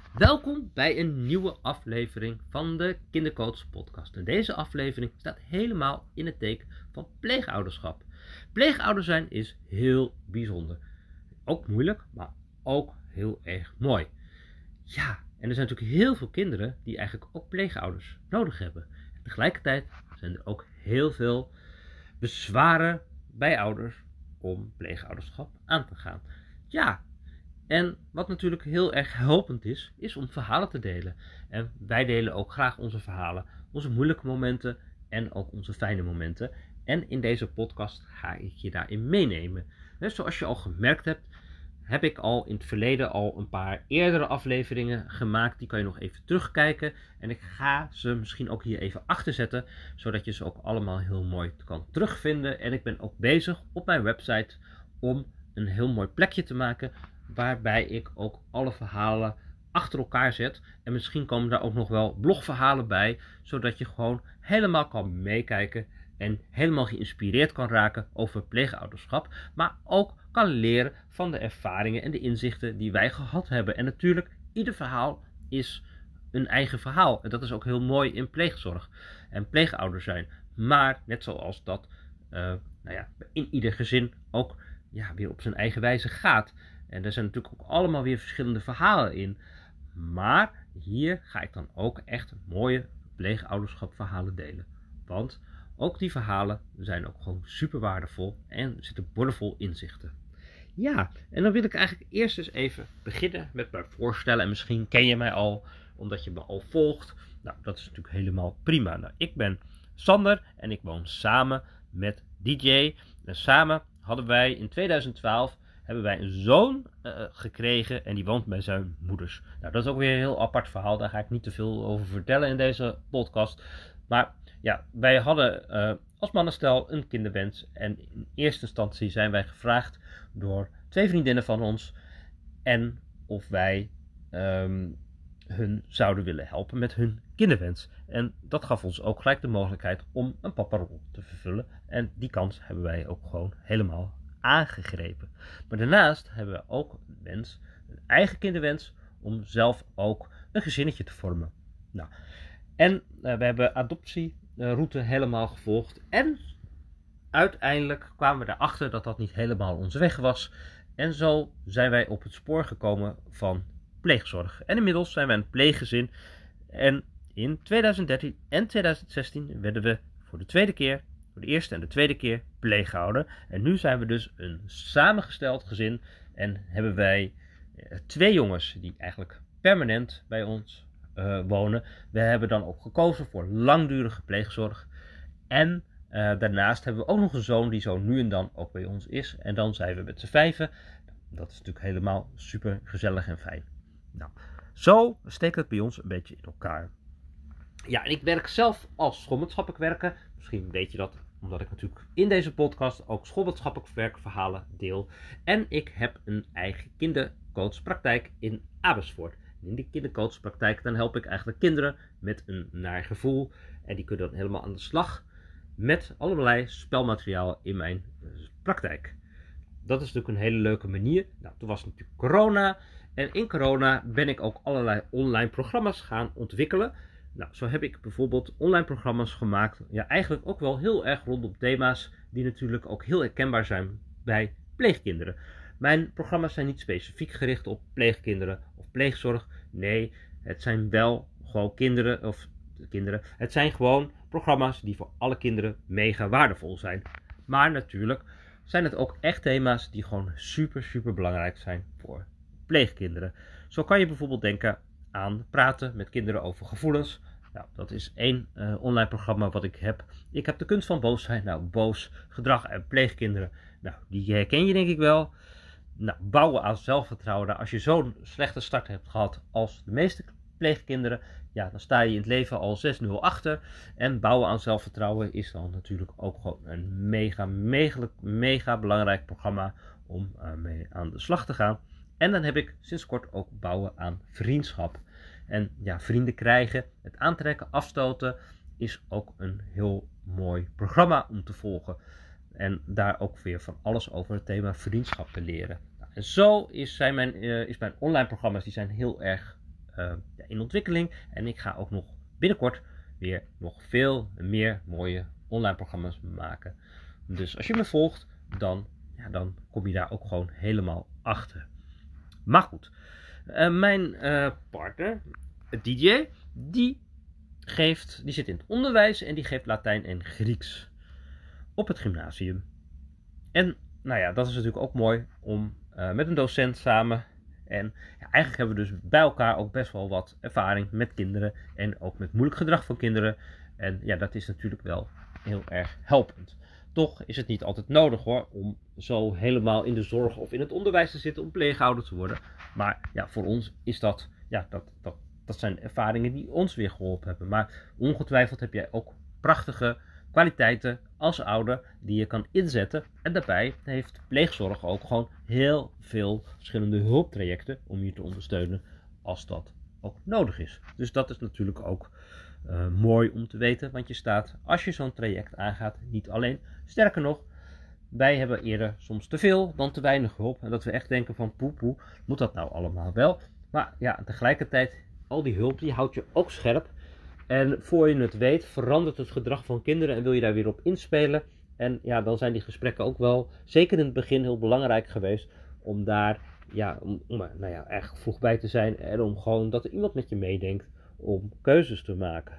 Welkom bij een nieuwe aflevering van de Kindercoach podcast. En deze aflevering staat helemaal in het teken van pleegouderschap. Pleegouder zijn is heel bijzonder. Ook moeilijk, maar ook heel erg mooi. Ja, en er zijn natuurlijk heel veel kinderen die eigenlijk ook pleegouders nodig hebben. En tegelijkertijd zijn er ook heel veel bezwaren bij ouders om pleegouderschap aan te gaan. Ja, en wat natuurlijk heel erg helpend is om verhalen te delen. En wij delen ook graag onze verhalen, onze moeilijke momenten en ook onze fijne momenten. En in deze podcast ga ik je daarin meenemen. Zoals je al gemerkt hebt, heb ik al in het verleden al een paar eerdere afleveringen gemaakt. Die kan je nog even terugkijken. En ik ga ze misschien ook hier even achter zetten, zodat je ze ook allemaal heel mooi kan terugvinden. En ik ben ook bezig op mijn website om een heel mooi plekje te maken, waarbij ik ook alle verhalen achter elkaar zet. En misschien komen daar ook nog wel blogverhalen bij, zodat je gewoon helemaal kan meekijken en helemaal geïnspireerd kan raken over pleegouderschap, maar ook kan leren van de ervaringen en de inzichten die wij gehad hebben. En natuurlijk, ieder verhaal is een eigen verhaal. En dat is ook heel mooi in pleegzorg en pleegouder zijn. Maar net zoals dat in ieder gezin ook weer op zijn eigen wijze gaat. En er zijn natuurlijk ook allemaal weer verschillende verhalen in. Maar hier ga ik dan ook echt mooie pleegouderschapverhalen delen. Want ook die verhalen zijn ook gewoon super waardevol en zitten bordenvol inzichten. Ja, en dan wil ik eigenlijk eerst eens even beginnen met mij voorstellen. En misschien ken je mij al, omdat je me al volgt. Nou, dat is natuurlijk helemaal prima. Nou, ik ben Sander en ik woon samen met DJ. En samen hadden wij in 2012 hebben wij een zoon gekregen en die woont bij zijn moeders. Nou, dat is ook weer een heel apart verhaal. Daar ga ik niet te veel over vertellen in deze podcast. Maar ja, wij hadden als mannenstel een kinderwens. En in eerste instantie zijn wij gevraagd door 2 vriendinnen van ons en of wij hun zouden willen helpen met hun kinderwens. En dat gaf ons ook gelijk de mogelijkheid om een paparol te vervullen. En die kans hebben wij ook gewoon helemaal aangegrepen. Maar daarnaast hebben we ook een eigen kinderwens, om zelf ook een gezinnetje te vormen. Nou, en we hebben adoptieroute helemaal gevolgd. En uiteindelijk kwamen we erachter dat dat niet helemaal onze weg was. En zo zijn wij op het spoor gekomen van pleegzorg. En inmiddels zijn wij een pleeggezin. En in 2013 en 2016 werden we voor de eerste en de tweede keer pleegouder. En nu zijn we dus een samengesteld gezin. En hebben wij 2 jongens die eigenlijk permanent bij ons wonen. We hebben dan ook gekozen voor langdurige pleegzorg. En daarnaast hebben we ook nog een zoon die zo nu en dan ook bij ons is. En dan zijn we met z'n 5. Dat is natuurlijk helemaal super gezellig en fijn. Nou, zo steekt het bij ons een beetje in elkaar. Ja, en ik werk zelf als schoolmaatschappelijk werker. Misschien weet je dat, omdat ik natuurlijk in deze podcast ook schoolmaatschappelijk werkverhalen deel. En ik heb een eigen kindercoachpraktijk in Amersfoort. In die kindercoachpraktijk dan help ik eigenlijk kinderen met een naar gevoel. En die kunnen dan helemaal aan de slag met allerlei spelmateriaal in mijn praktijk. Dat is natuurlijk een hele leuke manier. Nou, toen was natuurlijk corona. En in corona ben ik ook allerlei online programma's gaan ontwikkelen. Nou, zo heb ik bijvoorbeeld online programma's gemaakt. Ja, eigenlijk ook wel heel erg rondom thema's die natuurlijk ook heel herkenbaar zijn bij pleegkinderen. Mijn programma's zijn niet specifiek gericht op pleegkinderen of pleegzorg. Nee, het zijn wel gewoon kinderen. Het zijn gewoon programma's die voor alle kinderen mega waardevol zijn. Maar natuurlijk zijn het ook echt thema's die gewoon super belangrijk zijn voor pleegkinderen. Zo kan je bijvoorbeeld denken aan praten met kinderen over gevoelens. Nou, dat is 1 online programma wat ik heb. Ik heb de kunst van boos zijn. Nou, boos gedrag en pleegkinderen. Nou, die herken je denk ik wel. Nou, bouwen aan zelfvertrouwen. Nou, als je zo'n slechte start hebt gehad als de meeste pleegkinderen, ja, dan sta je in het leven al 6-0 achter. En bouwen aan zelfvertrouwen is dan natuurlijk ook gewoon een mega belangrijk programma om mee aan de slag te gaan. En dan heb ik sinds kort ook bouwen aan vriendschap. En ja, vrienden krijgen, het aantrekken, afstoten is ook een heel mooi programma om te volgen. En daar ook weer van alles over het thema vriendschap te leren. Nou, en zo zijn mijn online programma's, die zijn heel erg in ontwikkeling. En ik ga ook nog binnenkort weer nog veel meer mooie online programma's maken. Dus als je me volgt, dan kom je daar ook gewoon helemaal achter. Maar goed, mijn partner, DJ, die zit in het onderwijs en die geeft Latijn en Grieks op het gymnasium. En dat is natuurlijk ook mooi om met een docent samen. En eigenlijk hebben we dus bij elkaar ook best wel wat ervaring met kinderen en ook met moeilijk gedrag van kinderen. En dat is natuurlijk wel heel erg helpend. Toch is het niet altijd nodig hoor, om zo helemaal in de zorg of in het onderwijs te zitten om pleegouder te worden. Maar voor ons is dat zijn ervaringen die ons weer geholpen hebben. Maar ongetwijfeld heb jij ook prachtige kwaliteiten als ouder die je kan inzetten. En daarbij heeft pleegzorg ook gewoon heel veel verschillende hulptrajecten om je te ondersteunen als dat ook nodig is. Dus dat is natuurlijk ook mooi om te weten, want je staat als je zo'n traject aangaat niet alleen. Sterker nog, wij hebben eerder soms te veel dan te weinig hulp. En dat we echt denken van poe, moet dat nou allemaal wel? Maar tegelijkertijd, al die hulp die houdt je ook scherp. En voor je het weet verandert het gedrag van kinderen en wil je daar weer op inspelen. En dan zijn die gesprekken ook wel, zeker in het begin, heel belangrijk geweest om daar erg vroeg bij te zijn. En om gewoon dat er iemand met je meedenkt om keuzes te maken.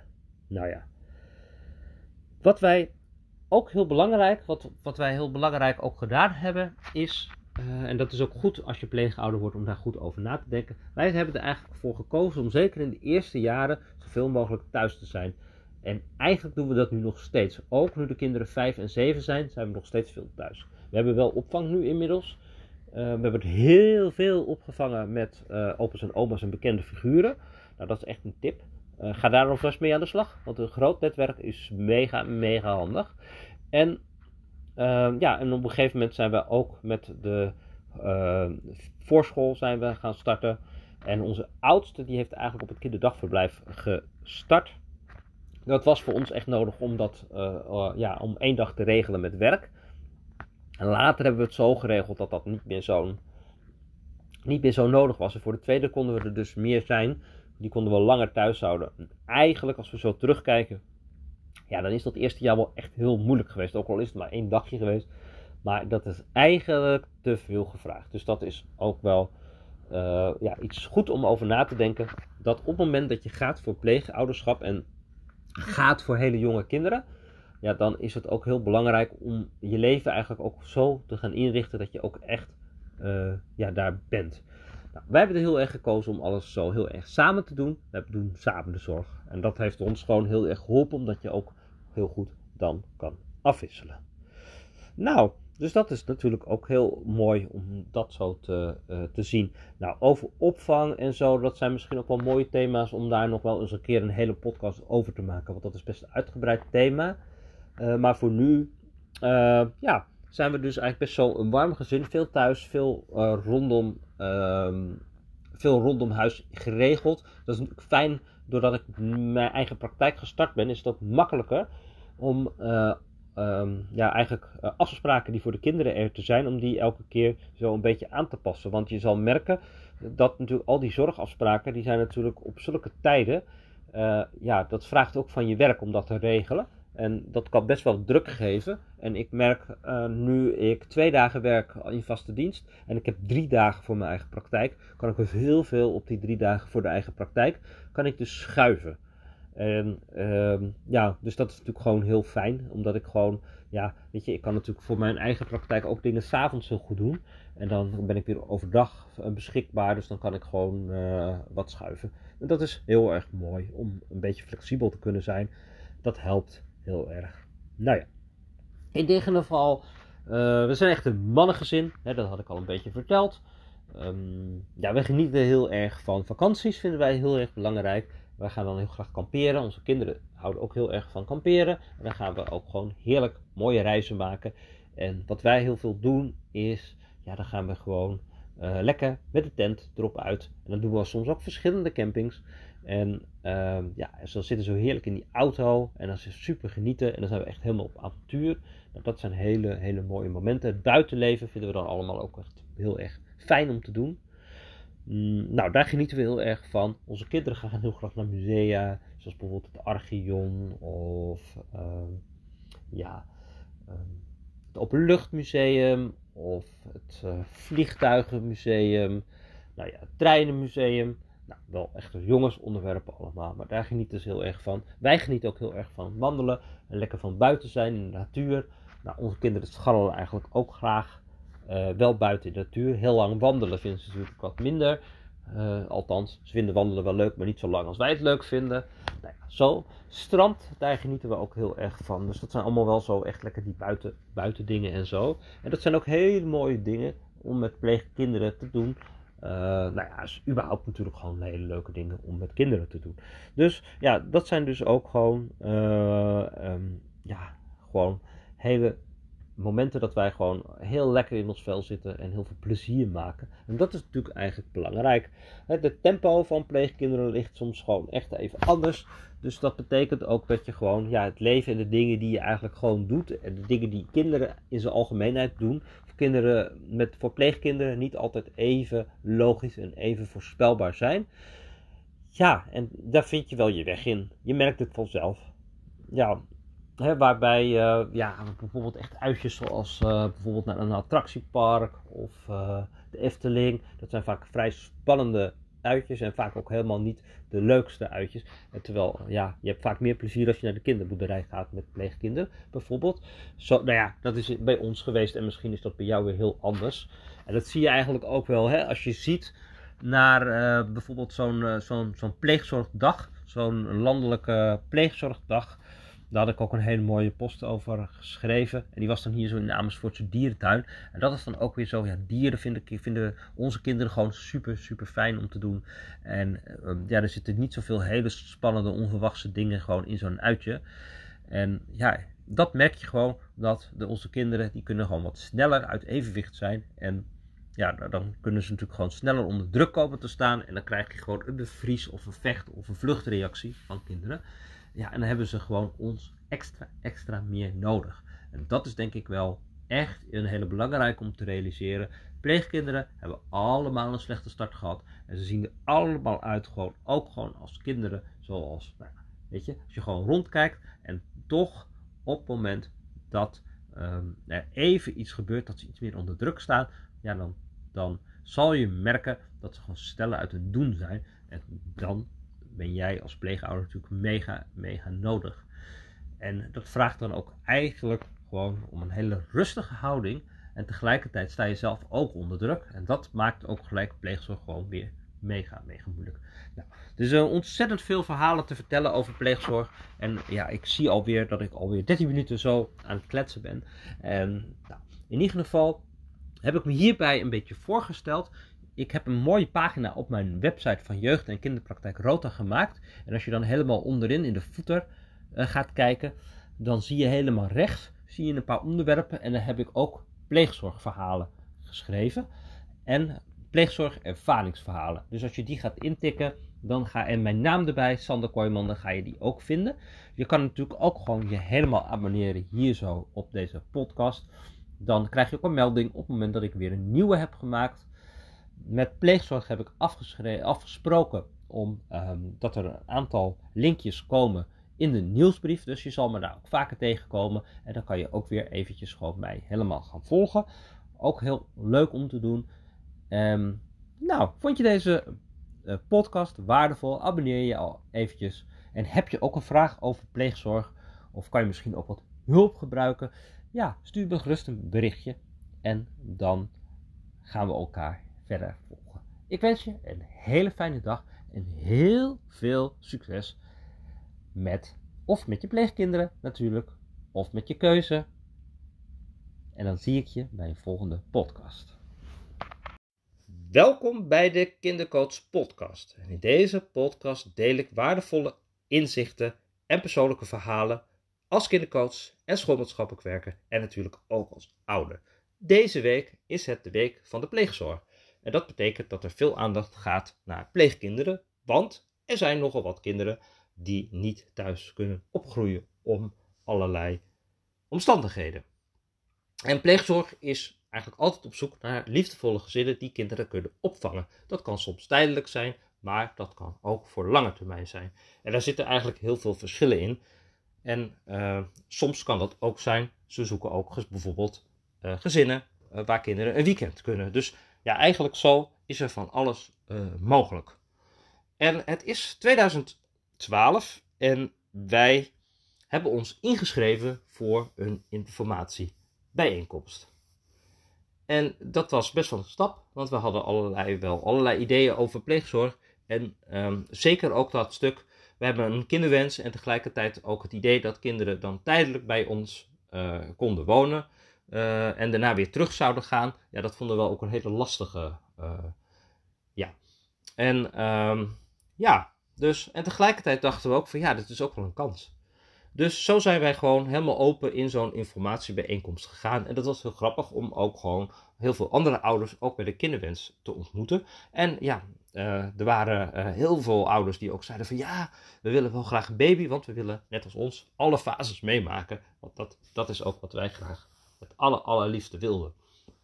Wat wij heel belangrijk ook gedaan hebben is, en dat is ook goed als je pleegouder wordt om daar goed over na te denken. Wij hebben er eigenlijk voor gekozen om zeker in de eerste jaren zoveel mogelijk thuis te zijn. En eigenlijk doen we dat nu nog steeds. Ook nu de kinderen 5 en 7 zijn we nog steeds veel thuis. We hebben wel opvang nu inmiddels. We hebben heel veel opgevangen met opa's en oma's en bekende figuren. Dat is echt een tip. Ga daar alvast mee aan de slag, want een groot netwerk is mega, mega handig. En en op een gegeven moment zijn we ook met de voorschool zijn we gaan starten. En onze oudste die heeft eigenlijk op het kinderdagverblijf gestart. Dat was voor ons echt nodig om dat om 1 dag te regelen met werk. En later hebben we het zo geregeld dat dat niet meer zo nodig was. En voor de tweede konden we er dus meer zijn. Die konden we langer thuis houden. En eigenlijk als we zo terugkijken, dan is dat eerste jaar wel echt heel moeilijk geweest. Ook al is het maar 1 dagje geweest. Maar dat is eigenlijk te veel gevraagd. Dus dat is ook wel iets goed om over na te denken. Dat op het moment dat je gaat voor pleegouderschap en gaat voor hele jonge kinderen, dan is het ook heel belangrijk om je leven eigenlijk ook zo te gaan inrichten dat je ook echt daar bent. Wij hebben er heel erg gekozen om alles zo heel erg samen te doen. We doen samen de zorg. En dat heeft ons gewoon heel erg geholpen, omdat je ook heel goed dan kan afwisselen. Dus dat is natuurlijk ook heel mooi om dat zo te zien. Over opvang en zo, dat zijn misschien ook wel mooie thema's om daar nog wel eens een keer een hele podcast over te maken. Want dat is best een uitgebreid thema. Maar voor nu, zijn we dus eigenlijk best zo een warm gezin. Veel thuis, veel rondom huis geregeld. Dat is natuurlijk fijn, doordat ik mijn eigen praktijk gestart ben, is dat makkelijker om afspraken die voor de kinderen er te zijn, om die elke keer zo een beetje aan te passen. Want je zal merken dat natuurlijk al die zorgafspraken, die zijn natuurlijk op zulke tijden, dat vraagt ook van je werk om dat te regelen. En dat kan best wel druk geven. En ik merk nu ik 2 dagen werk in vaste dienst en ik heb 3 dagen voor mijn eigen praktijk, kan ik dus heel veel op die 3 dagen voor de eigen praktijk, kan ik dus schuiven. En dus dat is natuurlijk gewoon heel fijn, omdat ik gewoon, ik kan natuurlijk voor mijn eigen praktijk ook dingen 's avonds heel goed doen. En dan ben ik weer overdag beschikbaar, dus dan kan ik gewoon wat schuiven. En dat is heel erg mooi, om een beetje flexibel te kunnen zijn. Dat helpt heel erg. In dit geval, we zijn echt een mannengezin, dat had ik al een beetje verteld. We genieten heel erg van vakanties, vinden wij heel erg belangrijk. Wij gaan dan heel graag kamperen. Onze kinderen houden ook heel erg van kamperen. En dan gaan we ook gewoon heerlijk mooie reizen maken. En wat wij heel veel doen is, dan gaan we gewoon lekker met de tent erop uit. En dan doen we soms ook verschillende campings. En zo zitten zo heerlijk in die auto. En dan is het super genieten. En dan zijn we echt helemaal op avontuur. Dat zijn hele, hele mooie momenten. Het buitenleven vinden we dan allemaal ook echt heel erg fijn om te doen. Nou, daar genieten we heel erg van. Onze kinderen gaan heel graag naar musea, zoals bijvoorbeeld het Archeon of ja, het Openluchtmuseum of het Vliegtuigenmuseum, nou ja, het Treinenmuseum. Nou, wel echt jongensonderwerpen allemaal, maar daar genieten ze heel erg van. Wij genieten ook heel erg van wandelen en lekker van buiten zijn in de natuur. Nou, onze kinderen scharrelen eigenlijk ook graag wel buiten in de natuur. Heel lang wandelen vinden ze natuurlijk wat minder. Althans, ze vinden wandelen wel leuk, maar niet zo lang als wij het leuk vinden. Nou ja, zo. Strand, daar genieten we ook heel erg van. Dus dat zijn allemaal wel zo echt lekker die buiten dingen en zo. En dat zijn ook hele mooie dingen om met pleegkinderen te doen. Nou ja, is überhaupt natuurlijk gewoon hele leuke dingen om met kinderen te doen. Dus ja, dat zijn dus ook gewoon, ja, gewoon hele momenten dat wij gewoon heel lekker in ons vel zitten en heel veel plezier maken. En dat is natuurlijk eigenlijk belangrijk. Het tempo van pleegkinderen ligt soms gewoon echt even anders. Dus dat betekent ook dat je gewoon het leven en de dingen die je eigenlijk gewoon doet. En de dingen die kinderen in zijn algemeenheid doen. Voor pleegkinderen niet altijd even logisch en even voorspelbaar zijn. Ja, en daar vind je wel je weg in. Je merkt het vanzelf. Ja, waarbij bijvoorbeeld echt uitjes zoals bijvoorbeeld naar een attractiepark of de Efteling. Dat zijn vaak vrij spannende uitjes en vaak ook helemaal niet de leukste uitjes. En terwijl je hebt vaak meer plezier als je naar de kinderboerderij gaat met pleegkinderen bijvoorbeeld. Dat is bij ons geweest en misschien is dat bij jou weer heel anders. En dat zie je eigenlijk ook wel als je ziet naar bijvoorbeeld zo'n pleegzorgdag, zo'n landelijke pleegzorgdag. Daar had ik ook een hele mooie post over geschreven. En die was dan hier zo in de Amersfoortse dierentuin. En dat is dan ook weer zo. Ja, dieren vinden onze kinderen gewoon super, super fijn om te doen. En er zitten niet zoveel hele spannende, onverwachte dingen gewoon in zo'n uitje. En ja, dat merk je gewoon. Dat onze kinderen, die kunnen gewoon wat sneller uit evenwicht zijn. En ja, dan kunnen ze natuurlijk gewoon sneller onder druk komen te staan. En dan krijg je gewoon een bevries of een vecht of een vluchtreactie van kinderen. Ja, en dan hebben ze gewoon ons extra meer nodig. En dat is denk ik wel echt een hele belangrijke om te realiseren. Pleegkinderen hebben allemaal een slechte start gehad. En ze zien er allemaal uit ook gewoon als kinderen. Zoals, weet je, als je gewoon rondkijkt. En toch op het moment dat er even iets gebeurt, dat ze iets meer onder druk staan. Ja, dan zal je merken dat ze gewoon sneller uit hun doen zijn. En dan ben jij als pleegouder natuurlijk mega nodig. En dat vraagt dan ook eigenlijk gewoon om een hele rustige houding. En tegelijkertijd sta je zelf ook onder druk. En dat maakt ook gelijk pleegzorg gewoon weer mega moeilijk. Nou, er zijn ontzettend veel verhalen te vertellen over pleegzorg. En ja, ik zie alweer dat ik alweer 13 minuten zo aan het kletsen ben. En in ieder geval heb ik me hierbij een beetje voorgesteld. Ik heb een mooie pagina op mijn website van Jeugd- en Kinderpraktijk Rota gemaakt. En als je dan helemaal onderin in de footer gaat kijken, dan zie je helemaal rechts zie je een paar onderwerpen. En dan heb ik ook pleegzorgverhalen geschreven. En pleegzorgervaringsverhalen. Dus als je die gaat intikken, en mijn naam erbij, Sander Kooijman, dan ga je die ook vinden. Je kan natuurlijk ook gewoon je helemaal abonneren hier zo op deze podcast. Dan krijg je ook een melding op het moment dat ik weer een nieuwe heb gemaakt. Met pleegzorg heb ik afgesproken dat er een aantal linkjes komen in de nieuwsbrief. Dus je zal me daar ook vaker tegenkomen. En dan kan je ook weer eventjes gewoon mij helemaal gaan volgen. Ook heel leuk om te doen. Vond je deze podcast waardevol? Abonneer je al eventjes. En heb je ook een vraag over pleegzorg? Of kan je misschien ook wat hulp gebruiken? Ja, stuur me gerust een berichtje. En dan gaan we elkaar verder volgen. Ik wens je een hele fijne dag. En heel veel succes met je pleegkinderen natuurlijk. Of met je keuze. En dan zie ik je bij een volgende podcast. Welkom bij de Kindercoach podcast. En in deze podcast deel ik waardevolle inzichten en persoonlijke verhalen als kindercoach en schoolmaatschappelijk werker en natuurlijk ook als ouder. Deze week is het de week van de pleegzorg. En dat betekent dat er veel aandacht gaat naar pleegkinderen, want er zijn nogal wat kinderen die niet thuis kunnen opgroeien om allerlei omstandigheden. En pleegzorg is eigenlijk altijd op zoek naar liefdevolle gezinnen die kinderen kunnen opvangen. Dat kan soms tijdelijk zijn, maar dat kan ook voor lange termijn zijn. En daar zitten eigenlijk heel veel verschillen in. En soms kan dat ook zijn, ze zoeken ook bijvoorbeeld gezinnen waar kinderen een weekend kunnen. Dus ja, eigenlijk zo is er van alles mogelijk. En het is 2012 en wij hebben ons ingeschreven voor een informatiebijeenkomst. En dat was best wel een stap, want we hadden allerlei ideeën over pleegzorg. En zeker ook dat stuk, we hebben een kinderwens en tegelijkertijd ook het idee dat kinderen dan tijdelijk bij ons konden wonen. En daarna weer terug zouden gaan. Ja, dat vonden we wel ook een hele lastige. En tegelijkertijd dachten we ook van ja, dit is ook wel een kans. Dus zo zijn wij gewoon helemaal open in zo'n informatiebijeenkomst gegaan. En dat was heel grappig om ook gewoon heel veel andere ouders ook bij de kinderwens te ontmoeten. En ja, er waren heel veel ouders die ook zeiden van ja, we willen wel graag een baby, want we willen net als ons alle fases meemaken. Want dat is ook wat wij graag het allerliefste wilden.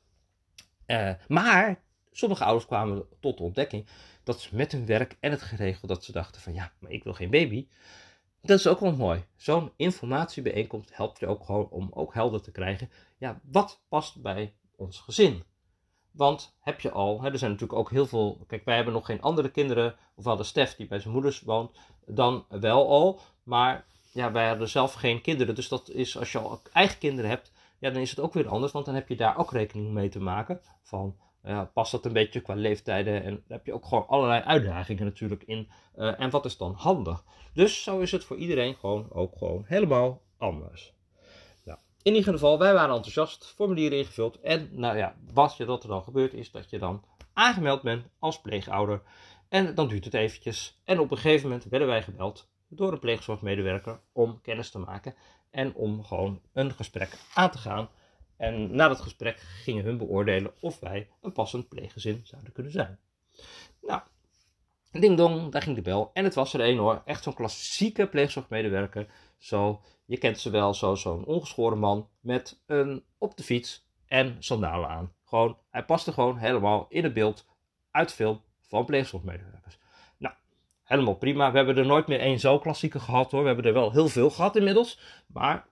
Maar sommige ouders kwamen tot de ontdekking dat ze met hun werk en het geregeld dat ze dachten van ja, maar ik wil geen baby. Dat is ook wel mooi. Zo'n informatiebijeenkomst helpt je ook gewoon om ook helder te krijgen, ja, wat past bij ons gezin? Want heb je al, er zijn natuurlijk ook heel veel, kijk, wij hebben nog geen andere kinderen, of we hadden Stef die bij zijn moeders woont, dan wel al, maar ja, wij hadden zelf geen kinderen, dus dat is, als je al eigen kinderen hebt, ja, dan is het ook weer anders, want dan heb je daar ook rekening mee te maken van, past dat een beetje qua leeftijden en daar heb je ook gewoon allerlei uitdagingen natuurlijk in, en wat is dan handig? Dus zo is het voor iedereen gewoon helemaal anders. Nou, in ieder geval, wij waren enthousiast, formulieren ingevuld. En nou ja, wat er dan gebeurt is dat je dan aangemeld bent als pleegouder. En dan duurt het eventjes. En op een gegeven moment werden wij gebeld door een pleegzorgmedewerker om kennis te maken. En om gewoon een gesprek aan te gaan. En na dat gesprek gingen hun beoordelen of wij een passend pleeggezin zouden kunnen zijn. Nou, ding dong, daar ging de bel. En het was er een hoor. Echt zo'n klassieke pleegzorgmedewerker. Zo, je kent ze wel, zo'n ongeschoren man met een op de fiets en sandalen aan. Gewoon, hij paste gewoon helemaal in het beeld uit de film van pleegzorgmedewerkers. Nou, helemaal prima. We hebben er nooit meer één zo klassieke gehad hoor. We hebben er wel heel veel gehad inmiddels. Maar,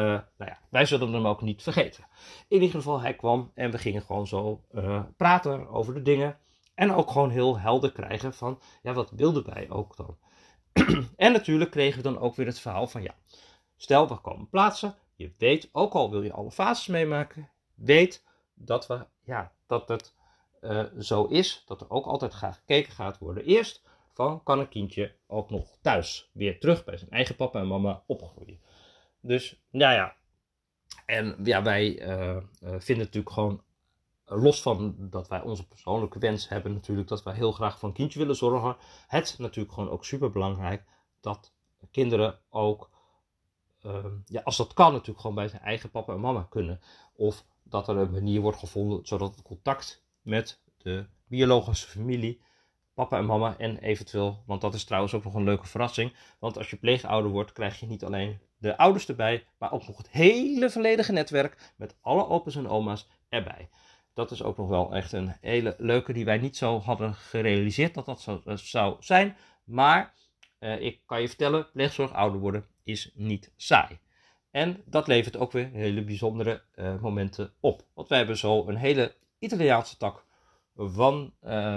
wij zullen hem ook niet vergeten. In ieder geval, hij kwam en we gingen gewoon zo praten over de dingen. En ook gewoon heel helder krijgen van, ja, wat wilden wij ook dan? En natuurlijk kregen we dan ook weer het verhaal van, ja, stel we komen plaatsen. Je weet, ook al wil je alle fases meemaken, weet dat dat het zo is, dat er ook altijd gekeken gaat worden. Eerst van, kan een kindje ook nog thuis weer terug bij zijn eigen papa en mama opgroeien? Dus, nou ja, en ja, wij vinden natuurlijk gewoon, los van dat wij onze persoonlijke wens hebben natuurlijk, dat wij heel graag voor een kindje willen zorgen. Het is natuurlijk gewoon ook super belangrijk dat kinderen ook, als dat kan natuurlijk gewoon bij zijn eigen papa en mama kunnen. Of dat er een manier wordt gevonden zodat het contact met de biologische familie, papa en mama en eventueel, want dat is trouwens ook nog een leuke verrassing. Want als je pleegouder wordt krijg je niet alleen de ouders erbij, maar ook nog het hele volledige netwerk met alle opa's en oma's erbij. Dat is ook nog wel echt een hele leuke die wij niet zo hadden gerealiseerd dat dat zo zou zijn. Maar ik kan je vertellen, pleegzorg ouder worden is niet saai. En dat levert ook weer hele bijzondere momenten op. Want wij hebben zo een hele Italiaanse tak van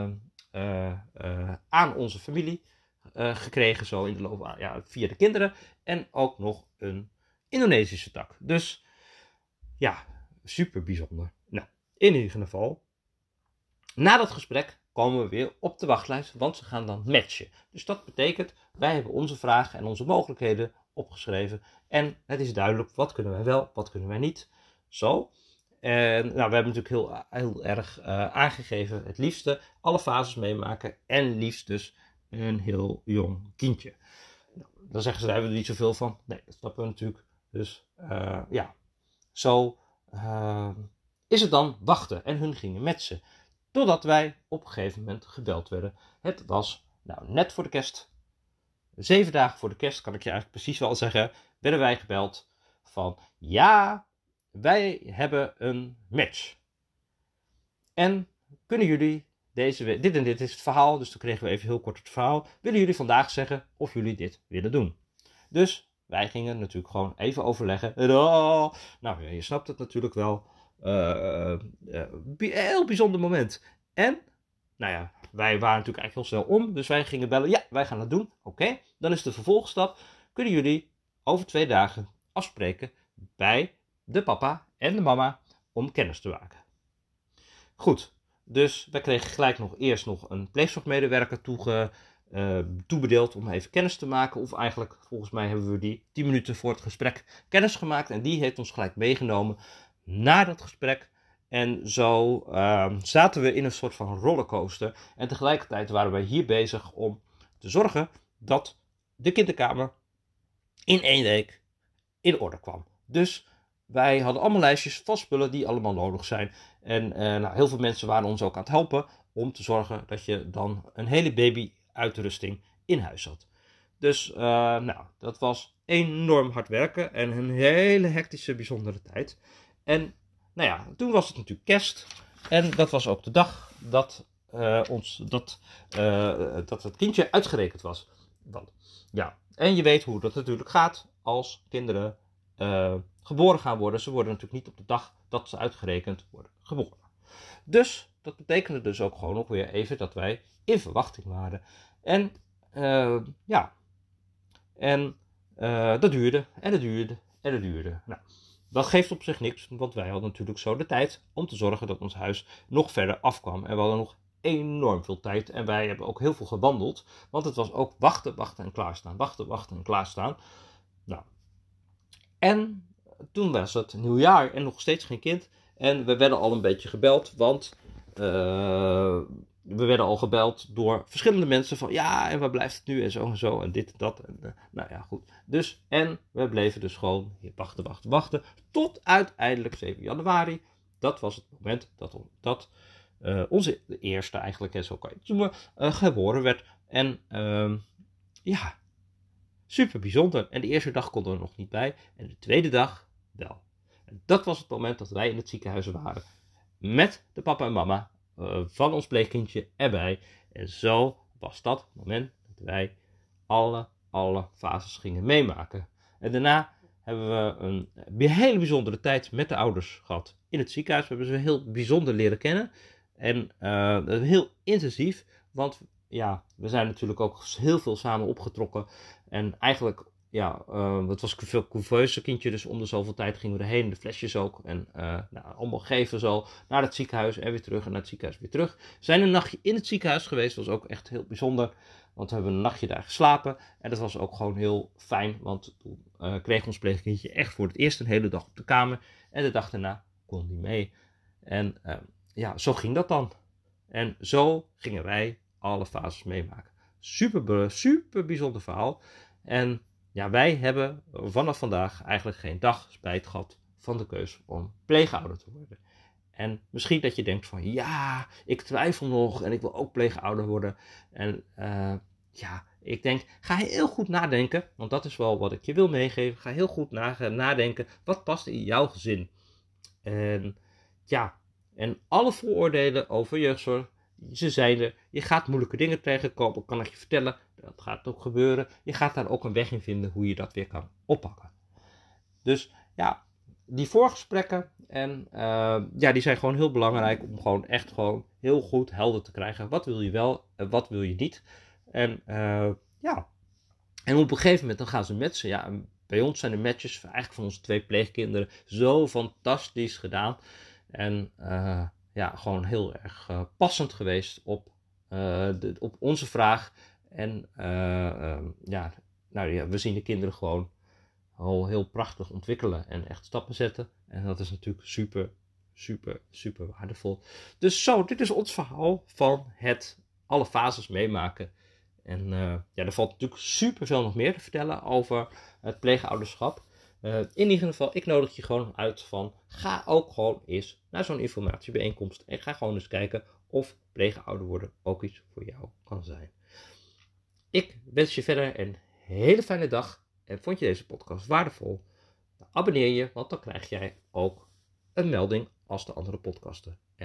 aan onze familie gekregen. Zo in de loop via de kinderen. En ook nog een Indonesische tak. Dus ja, super bijzonder. Nou, in ieder geval, na dat gesprek komen we weer op de wachtlijst, want ze gaan dan matchen. Dus dat betekent, wij hebben onze vragen en onze mogelijkheden opgeschreven. En het is duidelijk, wat kunnen wij wel, wat kunnen wij niet. Zo. En nou, we hebben natuurlijk heel erg aangegeven, het liefste alle fases meemaken. En liefst dus een heel jong kindje. Nou, dan zeggen ze, daar hebben we er niet zoveel van. Nee, dat snappen we natuurlijk. Dus zo is het dan wachten. En hun gingen matchen. Totdat wij op een gegeven moment gebeld werden. Het was net voor de kerst. 7 dagen voor de kerst, kan ik je eigenlijk precies wel zeggen, werden wij gebeld van, ja, wij hebben een match. En kunnen jullie deze week, dit is het verhaal, dus dan kregen we even heel kort het verhaal. Willen jullie vandaag zeggen of jullie dit willen doen? Dus wij gingen natuurlijk gewoon even overleggen. Nou, je snapt het natuurlijk wel. Heel bijzonder moment. En, wij waren natuurlijk eigenlijk heel snel om. Dus wij gingen bellen. Ja, wij gaan het doen. Oké, dan is de vervolgstap. Kunnen jullie over 2 dagen afspreken bij de papa en de mama om kennis te maken? Goed, dus wij kregen gelijk eerst nog een pleegzorgmedewerker toebedeeld om even kennis te maken. Of eigenlijk, volgens mij hebben we die 10 minuten voor het gesprek kennis gemaakt. En die heeft ons gelijk meegenomen naar dat gesprek. En zo zaten we in een soort van rollercoaster. En tegelijkertijd waren wij hier bezig om te zorgen dat de kinderkamer in 1 week in orde kwam. Dus wij hadden allemaal lijstjes van spullen die allemaal nodig zijn. En heel veel mensen waren ons ook aan het helpen om te zorgen dat je dan een hele babyuitrusting in huis had. Dus dat was enorm hard werken en een hele hectische, bijzondere tijd. En toen was het natuurlijk kerst. En dat was ook de dag dat het kindje uitgerekend was. En je weet hoe dat natuurlijk gaat als kinderen geboren gaan worden. Ze worden natuurlijk niet op de dag dat ze uitgerekend worden geboren. Dus dat betekende dus ook gewoon nog weer even dat wij in verwachting waren. En dat duurde en het duurde en het duurde. Nou, dat geeft op zich niks, want wij hadden natuurlijk zo de tijd om te zorgen dat ons huis nog verder afkwam. En we hadden nog enorm veel tijd en wij hebben ook heel veel gewandeld, want het was ook wachten en klaarstaan. Wachten en klaarstaan. Nou, en toen was het nieuwjaar en nog steeds geen kind. En we werden al een beetje gebeld, want we werden al gebeld door verschillende mensen van ja, en waar blijft het nu en zo en dit en dat. En, goed. Dus, en we bleven dus gewoon wachten. Tot uiteindelijk 7 januari. Dat was het moment dat onze eerste eigenlijk, zo kan je het noemen, geboren werd. En super bijzonder. En de eerste dag konden we er nog niet bij. En de tweede dag wel. En dat was het moment dat wij in het ziekenhuis waren. Met de papa en mama van ons pleegkindje erbij. En zo was dat het moment dat wij alle fases gingen meemaken. En daarna hebben we een hele bijzondere tijd met de ouders gehad in het ziekenhuis. We hebben ze heel bijzonder leren kennen. En heel intensief. Want we zijn natuurlijk ook heel veel samen opgetrokken. En eigenlijk, het was een veel couveuse kindje, dus om de zoveel tijd gingen we erheen, de flesjes ook. En allemaal geven zo naar het ziekenhuis en weer terug en naar het ziekenhuis weer terug. We zijn een nachtje in het ziekenhuis geweest, dat was ook echt heel bijzonder. Want we hebben een nachtje daar geslapen en dat was ook gewoon heel fijn. Want toen kreeg ons pleegkindje echt voor het eerst een hele dag op de kamer. En de dag daarna kon hij mee. En zo ging dat dan. En zo gingen wij alle fases meemaken. Super bijzonder verhaal. En wij hebben vanaf vandaag eigenlijk geen dag spijt gehad van de keuze om pleegouder te worden. En misschien dat je denkt van ik twijfel nog en ik wil ook pleegouder worden. En ik denk, ga heel goed nadenken, want dat is wel wat ik je wil meegeven. Ga heel goed nadenken, wat past in jouw gezin? En alle vooroordelen over jeugdzorg, ze zijn er. Je gaat moeilijke dingen tegenkomen, kan ik je vertellen. Dat gaat ook gebeuren. Je gaat daar ook een weg in vinden hoe je dat weer kan oppakken. Dus die voorgesprekken en die zijn gewoon heel belangrijk om gewoon echt heel goed helder te krijgen. Wat wil je wel en wat wil je niet? En en op een gegeven moment dan gaan ze matchen. En bij ons zijn de matches eigenlijk van onze 2 pleegkinderen zo fantastisch gedaan. En gewoon heel erg passend geweest op onze vraag. En we zien de kinderen gewoon al heel prachtig ontwikkelen en echt stappen zetten. En dat is natuurlijk super waardevol. Dus dit is ons verhaal van het alle fases meemaken. En er valt natuurlijk super veel nog meer te vertellen over het pleegouderschap. In ieder geval, ik nodig je gewoon uit van, ga ook gewoon eens naar zo'n informatiebijeenkomst en ga gewoon eens kijken of pleegouder worden ook iets voor jou kan zijn. Ik wens je verder een hele fijne dag en vond je deze podcast waardevol? Dan abonneer je, want dan krijg jij ook een melding als de andere podcasten er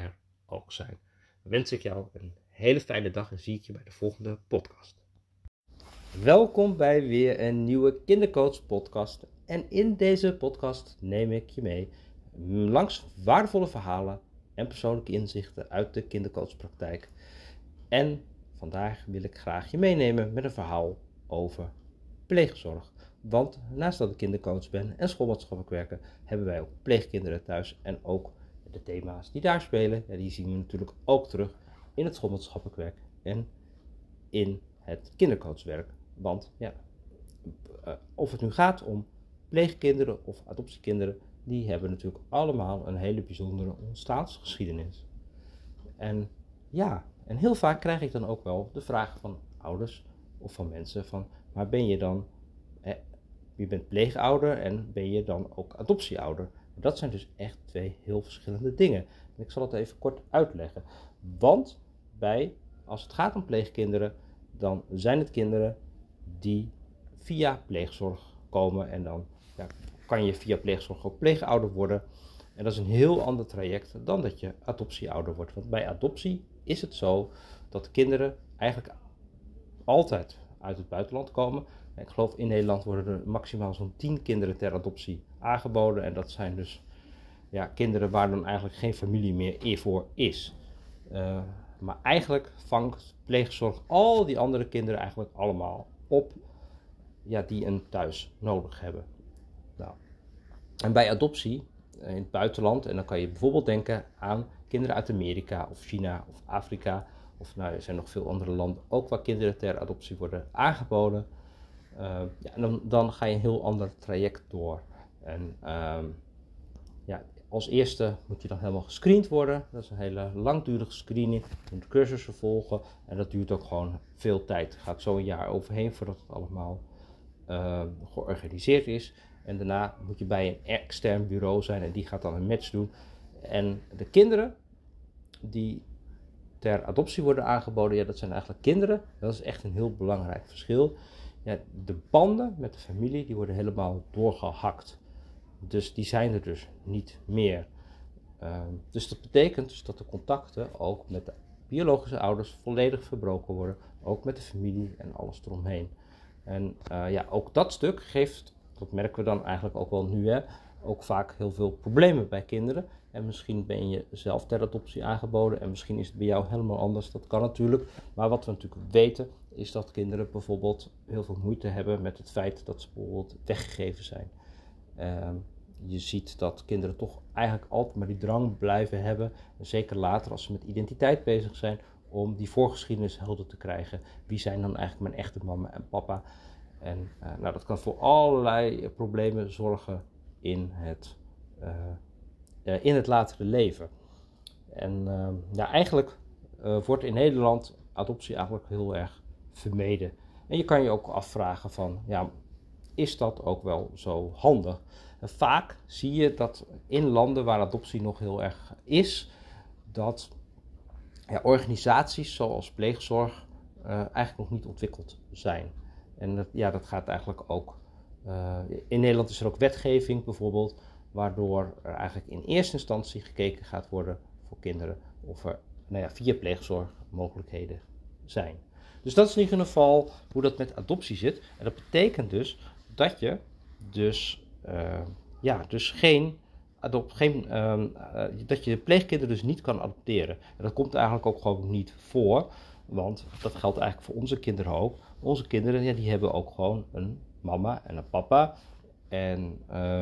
ook zijn. Dan wens ik jou een hele fijne dag en zie ik je bij de volgende podcast. Welkom bij weer een nieuwe Kindercoach podcast. En in deze podcast neem ik je mee langs waardevolle verhalen en persoonlijke inzichten uit de kindercoachpraktijk. En vandaag wil ik graag je meenemen met een verhaal over pleegzorg. Want naast dat ik kindercoach ben en schoolmaatschappelijk werker, hebben wij ook pleegkinderen thuis. En ook de thema's die daar spelen, die zien we natuurlijk ook terug in het schoolmaatschappelijk werk en in het kindercoachwerk. Want of het nu gaat om pleegkinderen of adoptiekinderen, die hebben natuurlijk allemaal een hele bijzondere ontstaansgeschiedenis. En heel vaak krijg ik dan ook wel de vraag van ouders of van mensen van, maar ben je dan, je bent pleegouder en ben je dan ook adoptieouder? Dat zijn dus echt twee heel verschillende dingen. En ik zal het even kort uitleggen. Want als het gaat om pleegkinderen, dan zijn het kinderen die via pleegzorg komen. En dan kan je via pleegzorg ook pleegouder worden. En dat is een heel ander traject dan dat je adoptieouder wordt. Want bij adoptie is het zo dat kinderen eigenlijk altijd uit het buitenland komen. Ik geloof in Nederland worden er maximaal zo'n 10 kinderen ter adoptie aangeboden. En dat zijn dus kinderen waar dan eigenlijk geen familie meer voor is. Maar eigenlijk vangt pleegzorg al die andere kinderen eigenlijk allemaal op die een thuis nodig hebben. Nou. En bij adoptie in het buitenland, en dan kan je bijvoorbeeld denken aan kinderen uit Amerika of China of Afrika. Of er zijn nog veel andere landen ook waar kinderen ter adoptie worden aangeboden. En dan ga je een heel ander traject door. En als eerste moet je dan helemaal gescreend worden. Dat is een hele langdurige screening. Je moet cursussen volgen. En dat duurt ook gewoon veel tijd. Er gaat zo een jaar overheen voordat het allemaal georganiseerd is. En daarna moet je bij een extern bureau zijn. En die gaat dan een match doen. En de kinderen die ter adoptie worden aangeboden. Dat zijn eigenlijk kinderen. Dat is echt een heel belangrijk verschil. De banden met de familie die worden helemaal doorgehakt. Dus die zijn er dus niet meer. Dus dat betekent dus dat de contacten ook met de biologische ouders volledig verbroken worden. Ook met de familie en alles eromheen. En ook dat stuk geeft, dat merken we dan eigenlijk ook wel nu, ook vaak heel veel problemen bij kinderen. En misschien ben je zelf ter adoptie aangeboden en misschien is het bij jou helemaal anders. Dat kan natuurlijk. Maar wat we natuurlijk weten is dat kinderen bijvoorbeeld heel veel moeite hebben met het feit dat ze bijvoorbeeld weggegeven zijn. Je ziet dat kinderen toch eigenlijk altijd maar die drang blijven hebben, zeker later als ze met identiteit bezig zijn, om die voorgeschiedenis helder te krijgen. Wie zijn dan eigenlijk mijn echte mama en papa? En dat kan voor allerlei problemen zorgen in het latere leven. En eigenlijk wordt in Nederland adoptie eigenlijk heel erg vermeden. En je kan je ook afvragen van, is dat ook wel zo handig? Vaak zie je dat in landen waar adoptie nog heel erg is, dat organisaties zoals pleegzorg eigenlijk nog niet ontwikkeld zijn. En dat gaat eigenlijk ook. In Nederland is er ook wetgeving bijvoorbeeld, waardoor er eigenlijk in eerste instantie gekeken gaat worden voor kinderen of er via pleegzorg mogelijkheden zijn. Dus dat is in ieder geval hoe dat met adoptie zit. En dat betekent dus dat je dat je pleegkinderen dus niet kan adopteren. En dat komt eigenlijk ook gewoon niet voor, want dat geldt eigenlijk voor onze kinderen ook. Onze kinderen die hebben ook gewoon een mama en een papa. En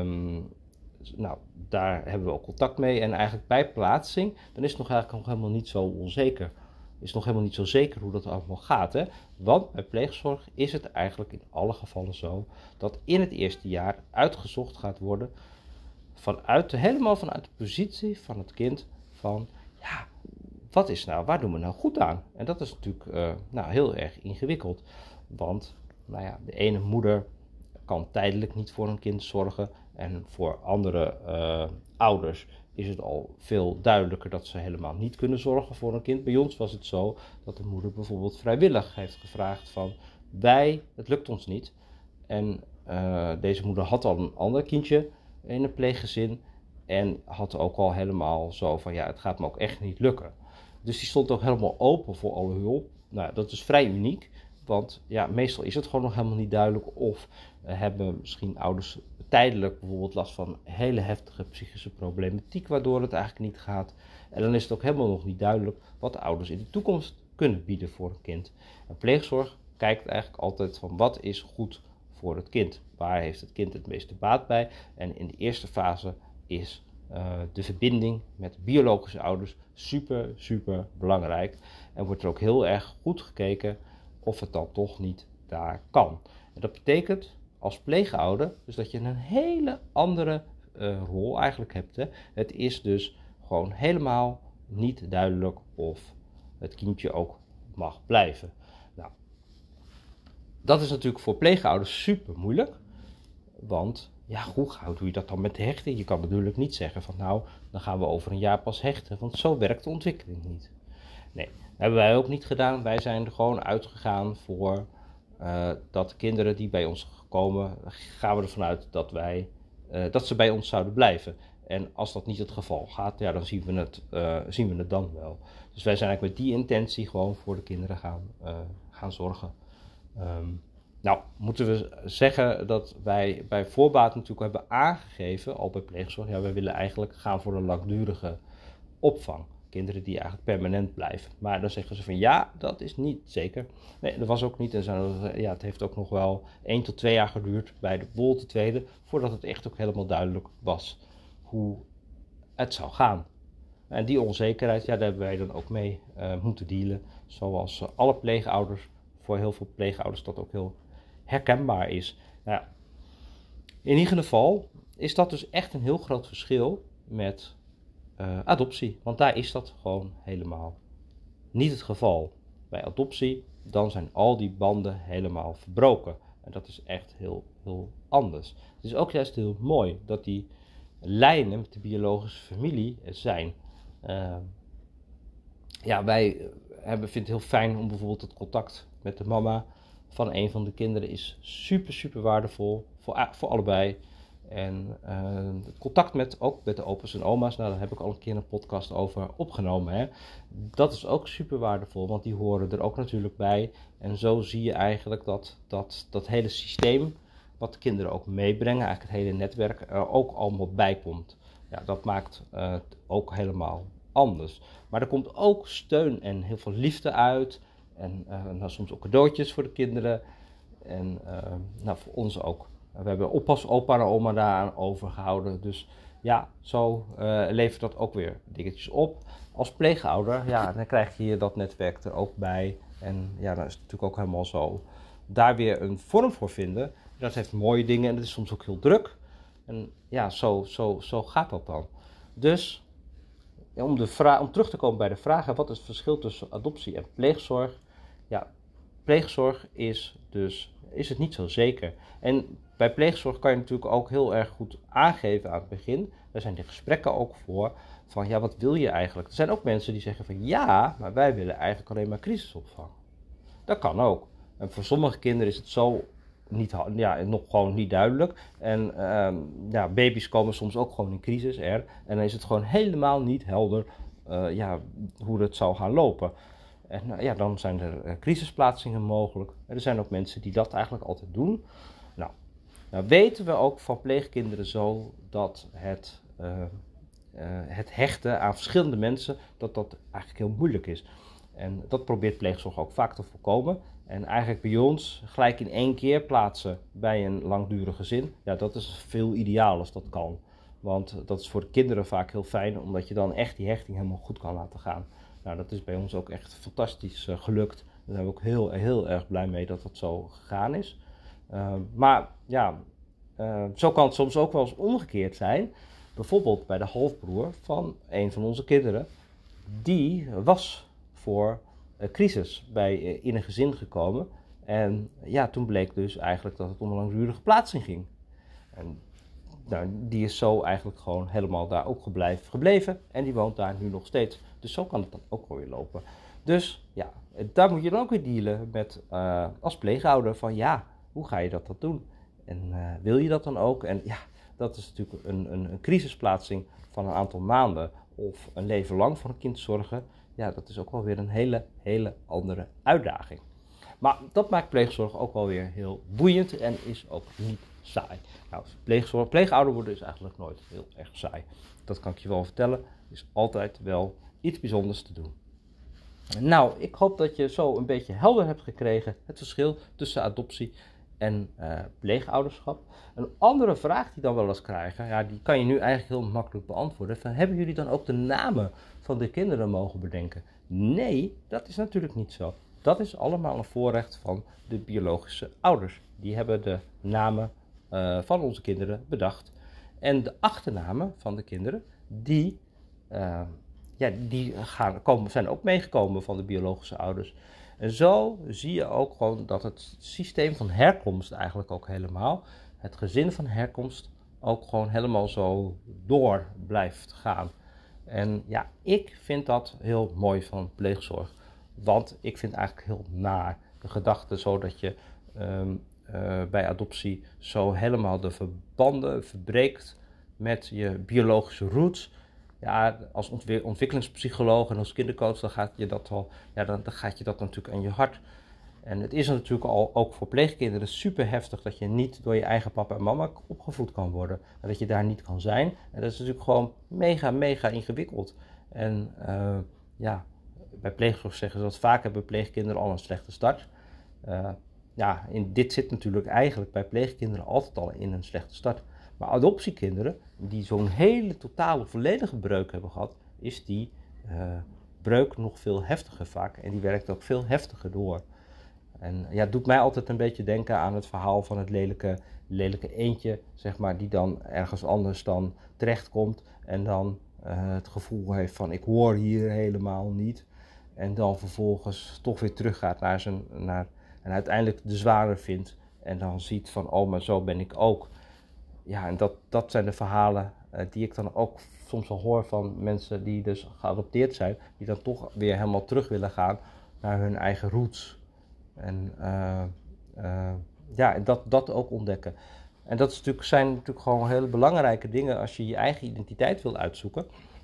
daar hebben we ook contact mee. En eigenlijk bij plaatsing, dan is het eigenlijk nog helemaal niet zo onzeker. Is nog helemaal niet zo zeker hoe dat allemaal gaat. Hè? Want bij pleegzorg is het eigenlijk in alle gevallen zo dat in het eerste jaar uitgezocht gaat worden helemaal vanuit de positie van het kind van waar doen we nou goed aan? En dat is natuurlijk heel erg ingewikkeld. Want de ene moeder kan tijdelijk niet voor een kind zorgen en voor andere ouders is het al veel duidelijker dat ze helemaal niet kunnen zorgen voor een kind. Bij ons was het zo dat de moeder bijvoorbeeld vrijwillig heeft gevraagd van het lukt ons niet. En deze moeder had al een ander kindje in een pleeggezin En had ook al helemaal zo van, ja, het gaat me ook echt niet lukken. Dus die stond ook helemaal open voor alle hulp. Nou, dat is vrij uniek. Want ja, meestal is het gewoon nog helemaal niet duidelijk. Of hebben misschien ouders tijdelijk bijvoorbeeld last van hele heftige psychische problematiek, waardoor het eigenlijk niet gaat. En dan is het ook helemaal nog niet duidelijk wat de ouders in de toekomst kunnen bieden voor een kind. En pleegzorg kijkt eigenlijk altijd van wat is goed voor het kind. Waar heeft het kind het meeste baat bij? En in de eerste fase is de verbinding met biologische ouders super, super belangrijk. En wordt er ook heel erg goed gekeken of het dan toch niet daar kan. En dat betekent als pleegouder dus dat je een hele andere rol eigenlijk hebt. Hè. Het is dus gewoon helemaal niet duidelijk of het kindje ook mag blijven. Nou, dat is natuurlijk voor pleegouders super moeilijk. Want ja, hoe doe je dat dan met de hechting? Je kan natuurlijk niet zeggen van nou, dan gaan we over een jaar pas hechten. Want zo werkt de ontwikkeling niet. Nee, dat hebben wij ook niet gedaan. Wij zijn er gewoon uitgegaan voor dat kinderen die bij ons komen, gaan we ervan uit dat ze bij ons zouden blijven. En als dat niet het geval gaat, ja, dan zien we het dan wel. Dus wij zijn eigenlijk met die intentie gewoon voor de kinderen gaan zorgen. Nou, moeten we zeggen dat wij bij voorbaat natuurlijk hebben aangegeven, al bij pleegzorg, ja, wij willen eigenlijk gaan voor een langdurige opvang. Kinderen die eigenlijk permanent blijven. Maar dan zeggen ze van ja, dat is niet zeker. Nee, dat was ook niet. En ja, het heeft ook nog wel 1 tot 2 jaar geduurd bij de tweede, voordat het echt ook helemaal duidelijk was hoe het zou gaan. En die onzekerheid, ja, daar hebben wij dan ook mee moeten dealen. Zoals alle pleegouders, voor heel veel pleegouders dat ook heel herkenbaar is. Nou, in ieder geval is dat dus echt een heel groot verschil met adoptie. Want daar is dat gewoon helemaal niet het geval. Bij adoptie, dan zijn al die banden helemaal verbroken. En dat is echt heel, heel anders. Het is ook juist heel mooi dat die lijnen met de biologische familie er zijn. Ja, wij vinden het heel fijn om bijvoorbeeld het contact met de mama van een van de kinderen is super, super waardevol voor allebei. En het contact ook met de opa's en oma's, nou daar heb ik al een keer een podcast over opgenomen. Hè. Dat is ook super waardevol, want die horen er ook natuurlijk bij. En zo zie je eigenlijk dat hele systeem, wat de kinderen ook meebrengen, eigenlijk het hele netwerk, er ook allemaal bij komt. Ja, dat maakt het ook helemaal anders. Maar er komt ook steun en heel veel liefde uit. En soms ook cadeautjes voor de kinderen. En voor ons ook. We hebben oppas, opa en oma daaraan overgehouden. Dus ja, zo levert dat ook weer dingetjes op. Als pleegouder, ja, dan krijg je dat netwerk er ook bij. En ja, dan is het natuurlijk ook helemaal zo. Daar weer een vorm voor vinden. Dat heeft mooie dingen en dat is soms ook heel druk. En ja, zo gaat dat dan. Dus om terug te komen bij de vraag, wat is het verschil tussen adoptie en pleegzorg? Ja, pleegzorg is het niet zo zeker. En bij pleegzorg kan je natuurlijk ook heel erg goed aangeven aan het begin. Daar zijn de gesprekken ook voor. Van ja, wat wil je eigenlijk? Er zijn ook mensen die zeggen van ja, maar wij willen eigenlijk alleen maar crisisopvang. Dat kan ook. En voor sommige kinderen is het zo nog gewoon niet duidelijk. En baby's komen soms ook gewoon in crisis en dan is het gewoon helemaal niet helder hoe het zou gaan lopen. En dan zijn er crisisplaatsingen mogelijk. En er zijn ook mensen die dat eigenlijk altijd doen. Nou weten we ook van pleegkinderen zo dat het hechten aan verschillende mensen, dat eigenlijk heel moeilijk is. En dat probeert pleegzorg ook vaak te voorkomen. En eigenlijk bij ons gelijk in 1 keer plaatsen bij een langdurig gezin. Ja, dat is veel ideaal als dat kan. Want dat is voor de kinderen vaak heel fijn, omdat je dan echt die hechting helemaal goed kan laten gaan. Nou, dat is bij ons ook echt fantastisch gelukt. Daar zijn we ook heel, heel erg blij mee dat dat zo gegaan is. Zo kan het soms ook wel eens omgekeerd zijn. Bijvoorbeeld bij de halfbroer van een van onze kinderen. Die was voor crisis in een gezin gekomen. En ja, toen bleek dus eigenlijk dat het om een langdurige plaatsing ging. En die is zo eigenlijk gewoon helemaal daar ook gebleven. En die woont daar nu nog steeds. Dus zo kan het dan ook weer lopen. Dus ja, daar moet je dan ook weer dealen met als pleegouder van ja, hoe ga je dat dan doen? En wil je dat dan ook? En ja, dat is natuurlijk een crisisplaatsing van een aantal maanden of een leven lang voor een kind zorgen. Ja, dat is ook wel weer een hele andere uitdaging. Maar dat maakt pleegzorg ook wel weer heel boeiend en is ook niet saai. Nou, pleegouder worden is eigenlijk nooit heel erg saai. Dat kan ik je wel vertellen. Er is altijd wel iets bijzonders te doen. Nou, ik hoop dat je zo een beetje helder hebt gekregen het verschil tussen adoptie en pleegouderschap. Een andere vraag die dan wel eens krijgen, ja, die kan je nu eigenlijk heel makkelijk beantwoorden. Van, hebben jullie dan ook de namen van de kinderen mogen bedenken? Nee, dat is natuurlijk niet zo. Dat is allemaal een voorrecht van de biologische ouders. Die hebben de namen van onze kinderen bedacht. En de achternamen van de kinderen, die zijn ook meegekomen van de biologische ouders. En zo zie je ook gewoon dat het systeem van herkomst eigenlijk ook helemaal, het gezin van herkomst, ook gewoon helemaal zo door blijft gaan. En ja, ik vind dat heel mooi van pleegzorg. Want ik vind eigenlijk heel naar de gedachte zo dat je bij adoptie zo helemaal de verbanden verbreekt met je biologische roots. Ja, als ontwikkelingspsycholoog en als kindercoach, dan gaat je dat al, ja, dan gaat je dat natuurlijk aan je hart. En het is natuurlijk al ook voor pleegkinderen super heftig dat je niet door je eigen papa en mama opgevoed kan worden. En dat je daar niet kan zijn. En dat is natuurlijk gewoon mega ingewikkeld. En bij pleegzorg zeggen ze dat vaak hebben pleegkinderen al een slechte start. Dit zit natuurlijk eigenlijk bij pleegkinderen altijd al in een slechte start. Maar adoptiekinderen die zo'n hele totale volledige breuk hebben gehad, is die breuk nog veel heftiger vaak. En die werkt ook veel heftiger door. En ja, het doet mij altijd een beetje denken aan het verhaal van het lelijke eendje, zeg maar, die dan ergens anders dan terechtkomt en dan het gevoel heeft van ik hoor hier helemaal niet. En dan vervolgens toch weer teruggaat en uiteindelijk de zware vindt en dan ziet van oh, maar zo ben ik ook. Ja, en dat zijn de verhalen die ik dan ook soms wel hoor van mensen die dus geadopteerd zijn, die dan toch weer helemaal terug willen gaan naar hun eigen roots. En dat ook ontdekken. En dat zijn natuurlijk gewoon hele belangrijke dingen als je je eigen identiteit wil uitzoeken.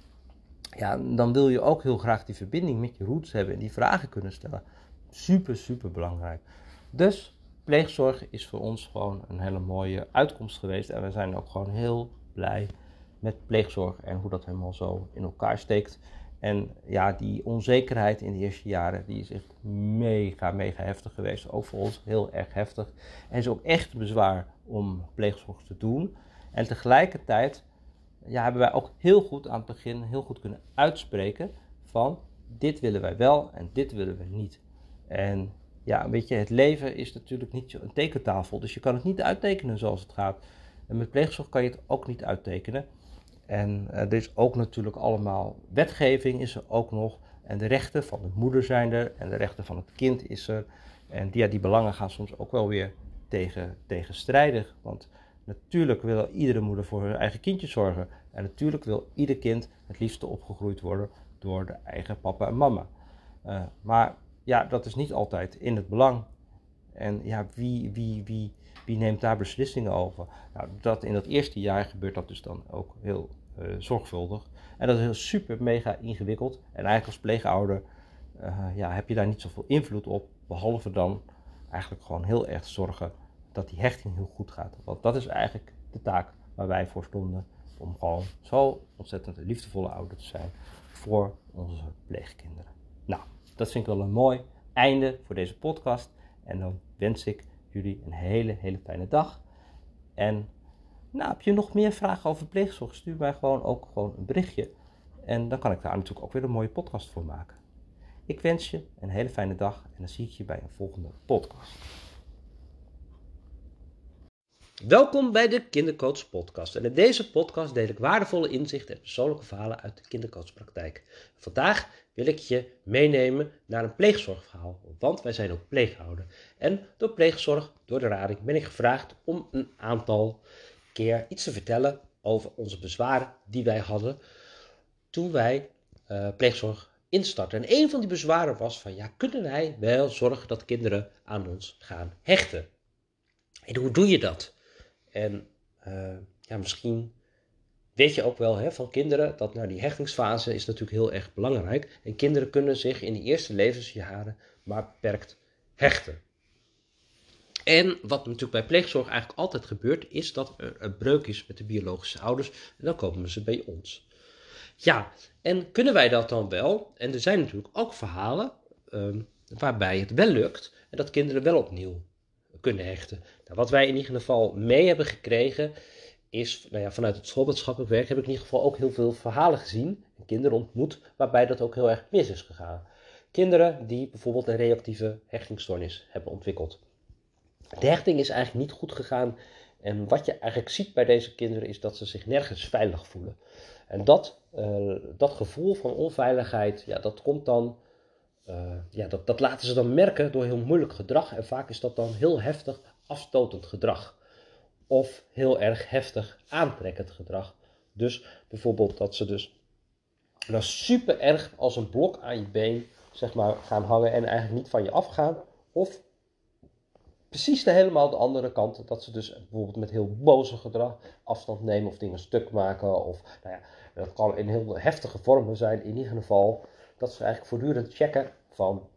Ja, dan wil je ook heel graag die verbinding met je roots hebben en die vragen kunnen stellen. Super belangrijk. Dus pleegzorg is voor ons gewoon een hele mooie uitkomst geweest. En we zijn ook gewoon heel blij met pleegzorg en hoe dat helemaal zo in elkaar steekt. En ja, die onzekerheid in de eerste jaren, die is echt mega heftig geweest. Ook voor ons heel erg heftig. En is ook echt een bezwaar om pleegzorg te doen. En tegelijkertijd hebben wij ook heel goed aan het begin heel goed kunnen uitspreken van dit willen wij wel en dit willen we niet. En ja, weet je, het leven is natuurlijk niet een tekentafel, dus je kan het niet uittekenen zoals het gaat. En met pleegzorg kan je het ook niet uittekenen. En er is ook natuurlijk allemaal wetgeving is er ook nog. En de rechten van de moeder zijn er en de rechten van het kind is er. En die belangen gaan soms ook wel weer tegenstrijdig. Want natuurlijk wil iedere moeder voor haar eigen kindje zorgen. En natuurlijk wil ieder kind het liefste opgegroeid worden door de eigen papa en mama. Maar ja, dat is niet altijd in het belang. En ja, wie neemt daar beslissingen over? Nou, in dat eerste jaar gebeurt dat dus dan ook heel zorgvuldig. En dat is heel super mega ingewikkeld. En eigenlijk als pleegouder heb je daar niet zoveel invloed op. Behalve dan eigenlijk gewoon heel erg zorgen dat die hechting heel goed gaat. Want dat is eigenlijk de taak waar wij voor stonden. Om gewoon zo ontzettend liefdevolle ouder te zijn voor onze pleegkinderen. Nou, dat vind ik wel een mooi einde voor deze podcast. En dan wens ik jullie een hele fijne dag. En heb je nog meer vragen over pleegzorg? Stuur mij gewoon een berichtje. En dan kan ik daar natuurlijk ook weer een mooie podcast voor maken. Ik wens je een hele fijne dag en dan zie ik je bij een volgende podcast. Welkom bij de Kindercoach Podcast. En in deze podcast deel ik waardevolle inzichten en persoonlijke verhalen uit de kindercoachpraktijk. Vandaag wil ik je meenemen naar een pleegzorgverhaal, want wij zijn ook pleegouder. En door pleegzorg, door de rading, ben ik gevraagd om een aantal keer iets te vertellen over onze bezwaren die wij hadden toen wij pleegzorg instarten. En een van die bezwaren was van, kunnen wij wel zorgen dat kinderen aan ons gaan hechten? En hoe doe je dat? En misschien weet je ook wel van kinderen dat die hechtingsfase is natuurlijk heel erg belangrijk. En kinderen kunnen zich in de eerste levensjaren maar beperkt hechten. En wat natuurlijk bij pleegzorg eigenlijk altijd gebeurt, is dat er een breuk is met de biologische ouders. En dan komen ze bij ons. Ja, en kunnen wij dat dan wel? En er zijn natuurlijk ook verhalen waarbij het wel lukt en dat kinderen wel opnieuw kunnen hechten. Nou, wat wij in ieder geval mee hebben gekregen is, vanuit het schoolmaatschappelijk werk heb ik in ieder geval ook heel veel verhalen gezien, kinderen ontmoet, waarbij dat ook heel erg mis is gegaan. Kinderen die bijvoorbeeld een reactieve hechtingsstoornis hebben ontwikkeld. De hechting is eigenlijk niet goed gegaan en wat je eigenlijk ziet bij deze kinderen is dat ze zich nergens veilig voelen. En dat gevoel van onveiligheid, dat komt dan, dat laten ze dan merken door heel moeilijk gedrag. En vaak is dat dan heel heftig afstotend gedrag. Of heel erg heftig aantrekkend gedrag. Dus bijvoorbeeld dat ze dus super erg als een blok aan je been gaan hangen en eigenlijk niet van je afgaan. Of precies helemaal de andere kant, dat ze dus bijvoorbeeld met heel boze gedrag afstand nemen of dingen stuk maken. Of dat kan in heel heftige vormen zijn. In ieder geval dat ze eigenlijk voortdurend checken van,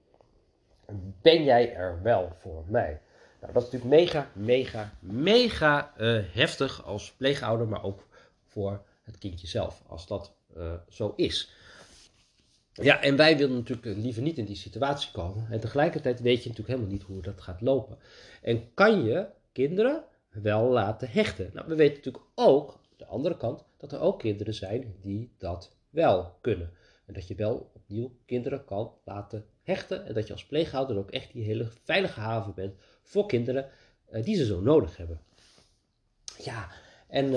ben jij er wel voor mij? Nou, dat is natuurlijk mega heftig als pleegouder, maar ook voor het kindje zelf, als dat zo is. Ja, en wij willen natuurlijk liever niet in die situatie komen. En tegelijkertijd weet je natuurlijk helemaal niet hoe dat gaat lopen. En kan je kinderen wel laten hechten? Nou, we weten natuurlijk ook, de andere kant, dat er ook kinderen zijn die dat wel kunnen. En dat je wel opnieuw kinderen kan laten hechten. En dat je als pleegouder ook echt die hele veilige haven bent voor kinderen die ze zo nodig hebben. Ja, en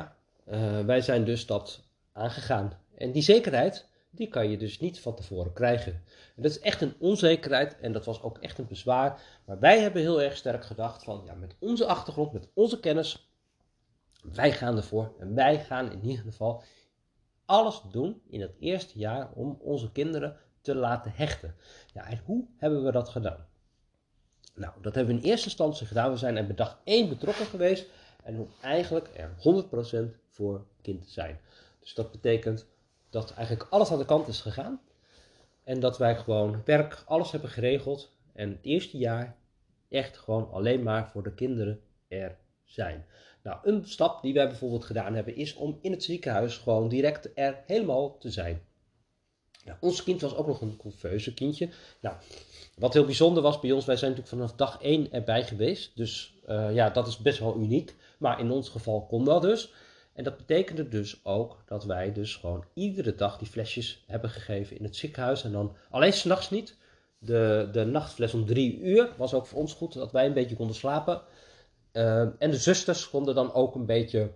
wij zijn dus dat aangegaan. En die zekerheid, die kan je dus niet van tevoren krijgen. En dat is echt een onzekerheid en dat was ook echt een bezwaar. Maar wij hebben heel erg sterk gedacht van, met onze achtergrond, met onze kennis, wij gaan ervoor. En wij gaan in ieder geval alles doen in het eerste jaar om onze kinderen te laten hechten. Ja, en hoe hebben we dat gedaan? Nou, dat hebben we in eerste instantie gedaan. We zijn er bij dag 1 betrokken geweest en om eigenlijk er 100% voor kind te zijn. Dus dat betekent dat eigenlijk alles aan de kant is gegaan. En dat wij gewoon alles hebben geregeld. En het eerste jaar echt gewoon alleen maar voor de kinderen er zijn. Nou, een stap die wij bijvoorbeeld gedaan hebben is om in het ziekenhuis gewoon direct er helemaal te zijn. Nou, ons kind was ook nog een confeuze kindje. Nou, wat heel bijzonder was bij ons, wij zijn natuurlijk vanaf dag 1 erbij geweest. Dus dat is best wel uniek. Maar in ons geval kon dat dus. En dat betekende dus ook dat wij dus gewoon iedere dag die flesjes hebben gegeven in het ziekenhuis. En dan alleen 's nachts niet. De nachtfles om 3 uur was ook voor ons goed, dat wij een beetje konden slapen. En de zusters konden dan ook een beetje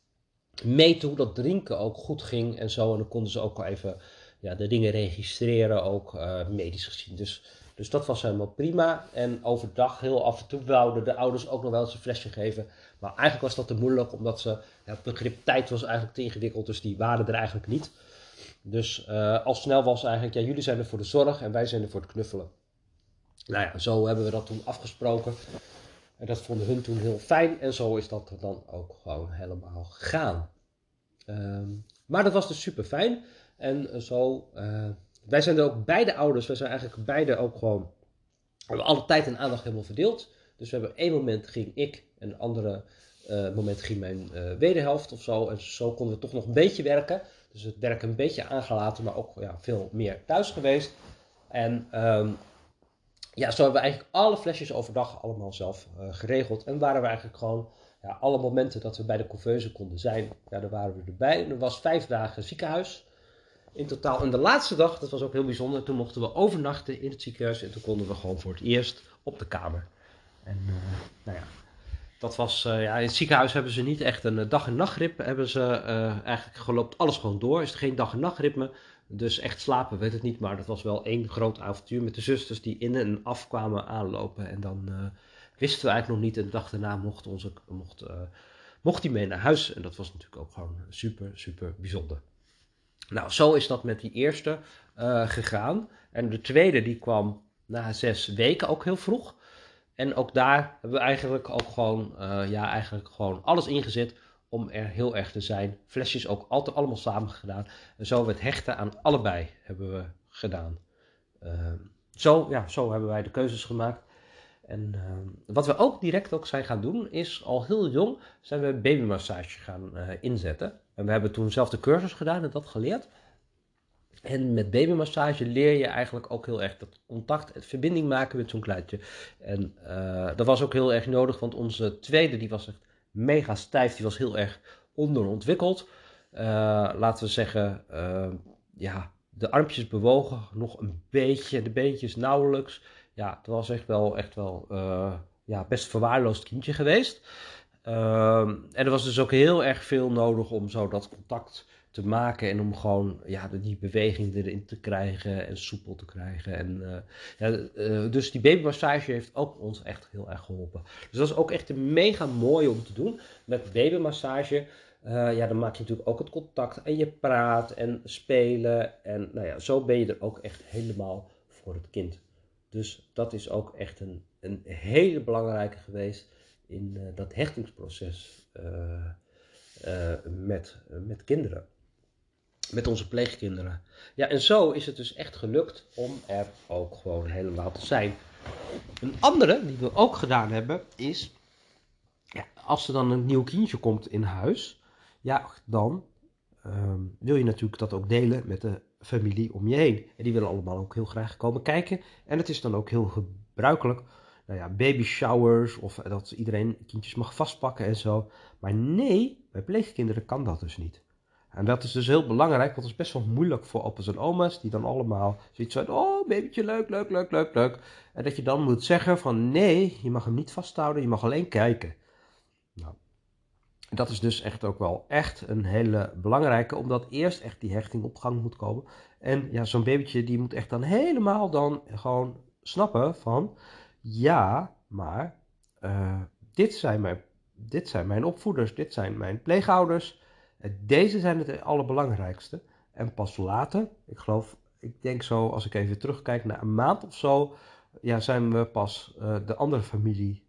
meten hoe dat drinken ook goed ging en zo. En dan konden ze ook wel even de dingen registreren, ook medisch gezien. Dus dat was helemaal prima. En overdag heel af en toe wouden de ouders ook nog wel eens een flesje geven. Maar eigenlijk was dat te moeilijk, omdat ze, het begrip tijd was eigenlijk te ingewikkeld. Dus die waren er eigenlijk niet. Dus al snel was eigenlijk, jullie zijn er voor de zorg en wij zijn er voor het knuffelen. Nou ja, zo hebben we dat toen afgesproken. En dat vonden hun toen heel fijn. En zo is dat dan ook gewoon helemaal gegaan. Maar dat was dus super fijn. En zo, wij zijn er ook beide ouders, wij zijn eigenlijk beide ook gewoon, we hebben alle tijd en aandacht helemaal verdeeld. Dus we hebben één moment ging ik en een andere moment ging mijn wederhelft of zo. En zo konden we toch nog een beetje werken. Dus het werk een beetje aangelaten, maar ook veel meer thuis geweest. En zo hebben we eigenlijk alle flesjes overdag allemaal zelf geregeld. En waren we eigenlijk gewoon, alle momenten dat we bij de couveuse konden zijn, daar waren we erbij. En er was 5 dagen ziekenhuis in totaal. En de laatste dag, dat was ook heel bijzonder, toen mochten we overnachten in het ziekenhuis. En toen konden we gewoon voor het eerst op de kamer. En dat was, in het ziekenhuis hebben ze niet echt een dag- en nachtritme. Hebben ze eigenlijk geloopt alles gewoon door. Is er geen dag- en nachtritme. Dus echt slapen, weet het niet. Maar dat was wel één groot avontuur met de zusters die in en af kwamen aanlopen. En dan wisten we eigenlijk nog niet. En de dag daarna mocht hij mee naar huis. En dat was natuurlijk ook gewoon super, super bijzonder. Nou, zo is dat met die eerste gegaan. En de tweede die kwam na 6 weken ook heel vroeg. En ook daar hebben we eigenlijk ook gewoon, eigenlijk gewoon alles ingezet om er heel erg te zijn. Flesjes ook altijd allemaal samen gedaan. En zo het hechten aan allebei hebben we gedaan. Zo hebben wij de keuzes gemaakt. En wat we ook direct zijn gaan doen, is al heel jong zijn we babymassage gaan inzetten. En we hebben toen zelf de cursus gedaan en dat geleerd. En met babymassage leer je eigenlijk ook heel erg dat contact en verbinding maken met zo'n kleintje. En dat was ook heel erg nodig, want onze tweede die was echt mega stijf, die was heel erg onderontwikkeld. Laten we zeggen, de armpjes bewogen nog een beetje, de beentjes nauwelijks. Ja, het was echt wel best verwaarloosd kindje geweest. En er was dus ook heel erg veel nodig om zo dat contact te maken en om gewoon die beweging erin te krijgen en soepel te krijgen. Dus die babymassage heeft ook ons echt heel erg geholpen. Dus dat is ook echt een mega mooi om te doen. Met babymassage, dan maak je natuurlijk ook het contact en je praat en spelen. En zo ben je er ook echt helemaal voor het kind. Dus dat is ook echt een hele belangrijke geweest in dat hechtingsproces met kinderen. Met onze pleegkinderen. Ja, en zo is het dus echt gelukt om er ook gewoon helemaal te zijn. Een andere die we ook gedaan hebben is, als er dan een nieuw kindje komt in huis, dan wil je natuurlijk dat ook delen met de familie om je heen. En die willen allemaal ook heel graag komen kijken. En het is dan ook heel gebruikelijk, baby showers of dat iedereen kindjes mag vastpakken en zo. Maar nee, bij pleegkinderen kan dat dus niet. En dat is dus heel belangrijk, want het is best wel moeilijk voor opa's en oma's, die dan allemaal zoiets van, oh babytje, leuk. En dat je dan moet zeggen van, nee, je mag hem niet vasthouden, je mag alleen kijken. Nou, dat is dus echt ook wel echt een hele belangrijke, omdat eerst echt die hechting op gang moet komen. En zo'n babytje die moet echt dan helemaal dan gewoon snappen van, maar dit zijn mijn opvoeders, dit zijn mijn pleegouders. Deze zijn het allerbelangrijkste. En pas later, ik denk zo, als ik even terugkijk naar een maand of zo, zijn we pas de andere familie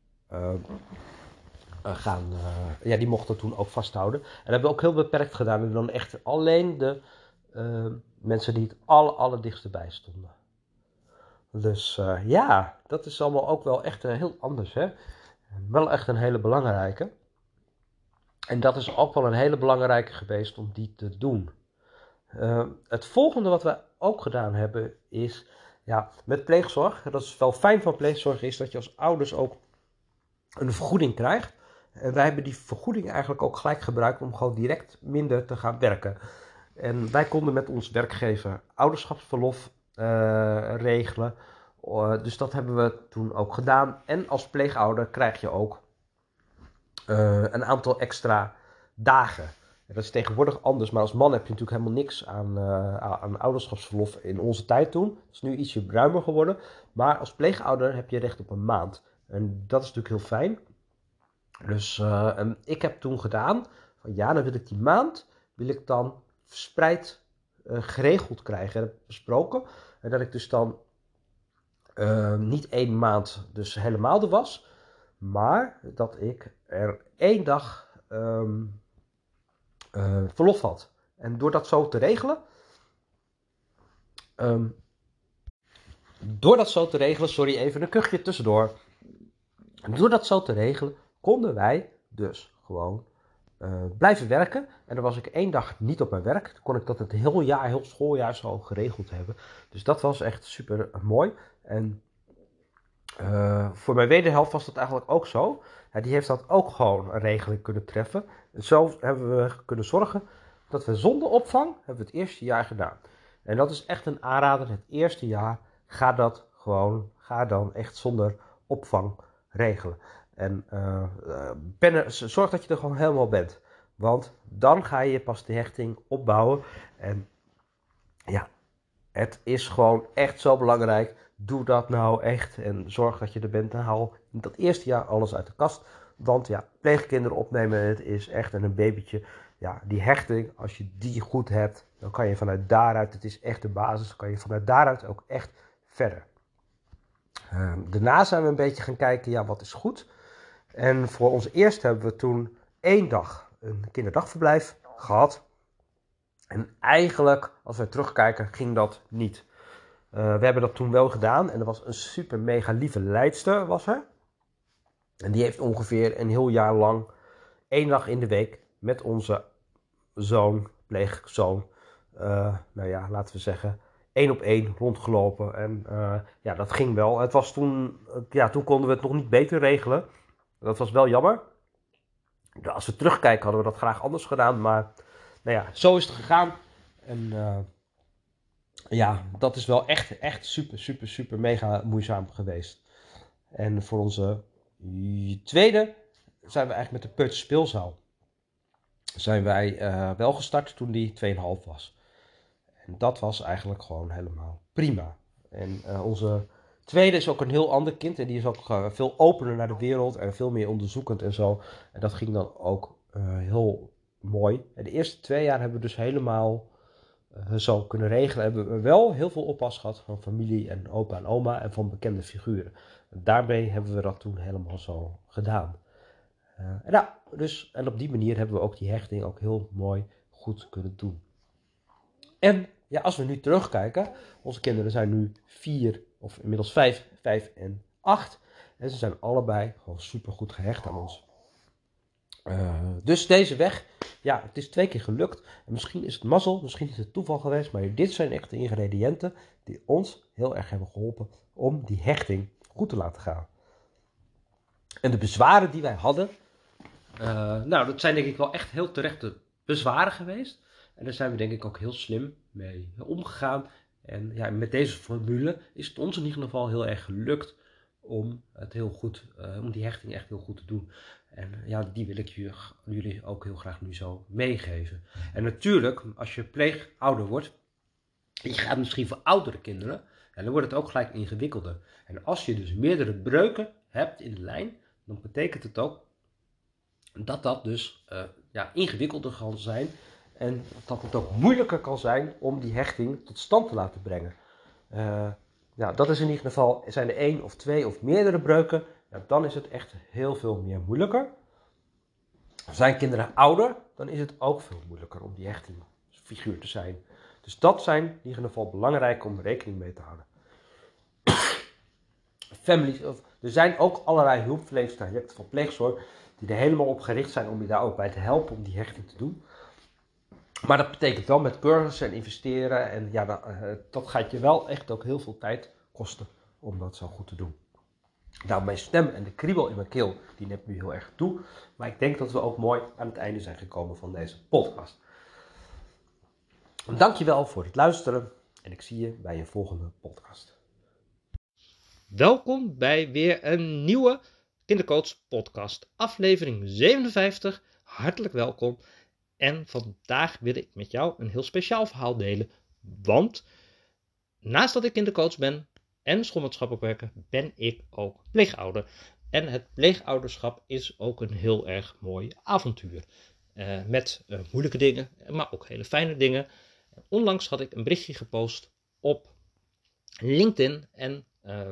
die mochten toen ook vasthouden. En dat hebben we ook heel beperkt gedaan. En dan echt alleen de mensen die het allerdichtste bij stonden. Dus dat is allemaal ook wel echt heel anders, hè. Wel echt een hele belangrijke. En dat is ook wel een hele belangrijke geweest om die te doen. Het volgende wat we ook gedaan hebben is, met pleegzorg. Dat is wel fijn van pleegzorg is dat je als ouders ook een vergoeding krijgt. En wij hebben die vergoeding eigenlijk ook gelijk gebruikt om gewoon direct minder te gaan werken. En wij konden met ons werkgever ouderschapsverlof regelen. Dus dat hebben we toen ook gedaan. En als pleegouder krijg je ook een aantal extra dagen. Dat is tegenwoordig anders, maar als man heb je natuurlijk helemaal niks aan ouderschapsverlof in onze tijd toen. Het is nu ietsje ruimer geworden. Maar als pleegouder heb je recht op een maand. En dat is natuurlijk heel fijn. Dus ik heb toen gedaan, dan wil ik die maand, verspreid geregeld krijgen. Dat heb ik besproken. En dat ik dus dan niet 1 maand dus helemaal er was. Maar dat ik er 1 dag verlof had. En door dat zo te regelen, sorry, even een kuchje tussendoor. Door dat zo te regelen, konden wij dus gewoon blijven werken. En dan was ik 1 dag niet op mijn werk. Dan kon ik dat het heel schooljaar zo geregeld hebben. Dus dat was echt super mooi. En voor mijn wederhelft was dat eigenlijk ook zo. Die heeft dat ook gewoon een regeling kunnen treffen. En zo hebben we kunnen zorgen dat we zonder opvang hebben we het eerste jaar gedaan. En dat is echt een aanrader. Het eerste jaar ga dan echt zonder opvang regelen. En zorg dat je er gewoon helemaal bent. Want dan ga je pas de hechting opbouwen. En het is gewoon echt zo belangrijk. Doe dat nou echt en zorg dat je er bent. En haal in dat eerste jaar alles uit de kast. Want pleegkinderen opnemen, het is echt een babytje. Die hechting, als je die goed hebt, dan kan je vanuit daaruit, het is echt de basis, dan kan je vanuit daaruit ook echt verder. Daarna zijn we een beetje gaan kijken, wat is goed. En voor ons eerst hebben we toen 1 dag een kinderdagverblijf gehad. En eigenlijk, als we terugkijken, ging dat niet. We hebben dat toen wel gedaan. En er was een super mega lieve leidster, was er. En die heeft ongeveer een heel jaar lang 1 dag in de week met onze zoon, pleegzoon, laten we zeggen, 1 op 1 rondgelopen. En dat ging wel. Het was toen konden we het nog niet beter regelen. Dat was wel jammer. Als we terugkijken hadden we dat graag anders gedaan. Maar zo is het gegaan. En dat is wel echt super mega moeizaam geweest. En voor onze tweede zijn we eigenlijk met de peuterspeelzaal. Zijn wij wel gestart toen die 2,5 was. En dat was eigenlijk gewoon helemaal prima. En onze tweede is ook een heel ander kind. En die is ook veel opener naar de wereld en veel meer onderzoekend en zo. En dat ging dan ook heel mooi. En de eerste 2 jaar hebben we dus helemaal zo kunnen regelen. Hebben we wel heel veel oppas gehad van familie en opa en oma en van bekende figuren. En daarmee hebben we dat toen helemaal zo gedaan. En op die manier hebben we ook die hechting ook heel mooi goed kunnen doen. En als we nu terugkijken, onze kinderen zijn nu 4 of inmiddels 5 en 8. En ze zijn allebei gewoon super goed gehecht aan ons. Dus deze weg, het is 2 keer gelukt. En misschien is het mazzel, misschien is het toeval geweest. Maar dit zijn echt de ingrediënten die ons heel erg hebben geholpen om die hechting goed te laten gaan. En de bezwaren die wij hadden, dat zijn denk ik wel echt heel terechte bezwaren geweest. En daar zijn we denk ik ook heel slim mee omgegaan. En met deze formule is het ons in ieder geval heel erg gelukt om het heel goed, om die hechting echt heel goed te doen. En die wil ik jullie ook heel graag nu zo meegeven. En natuurlijk, als je pleegouder wordt, je gaat misschien voor oudere kinderen, dan wordt het ook gelijk ingewikkelder. En als je dus meerdere breuken hebt in de lijn, dan betekent het ook dat dat dus ingewikkelder kan zijn. En dat het ook moeilijker kan zijn om die hechting tot stand te laten brengen. Dat is in ieder geval, zijn er 1 of 2 of meerdere breuken, dan is het echt heel veel meer moeilijker. Zijn kinderen ouder, dan is het ook veel moeilijker om die hechtingfiguur te zijn. Dus dat zijn in ieder geval belangrijk om rekening mee te houden. Er zijn ook allerlei hulpverleningstrajecten van pleegzorg die er helemaal op gericht zijn om je daar ook bij te helpen om die hechting te doen. Maar dat betekent wel met cursussen en investeren. En dat gaat je wel echt ook heel veel tijd kosten om dat zo goed te doen. Nou, mijn stem en de kriebel in mijn keel, die neemt nu heel erg toe. Maar ik denk dat we ook mooi aan het einde zijn gekomen van deze podcast. Dankjewel voor het luisteren. En ik zie je bij een volgende podcast. Welkom bij weer een nieuwe Kindercoach podcast. Aflevering 57. Hartelijk welkom. En vandaag wil ik met jou een heel speciaal verhaal delen. Want naast dat ik kindercoach ben en schoolmaatschappelijk werker, ben ik ook pleegouder. En het pleegouderschap is ook een heel erg mooi avontuur. Met moeilijke dingen, maar ook hele fijne dingen. Onlangs had ik een berichtje gepost op LinkedIn en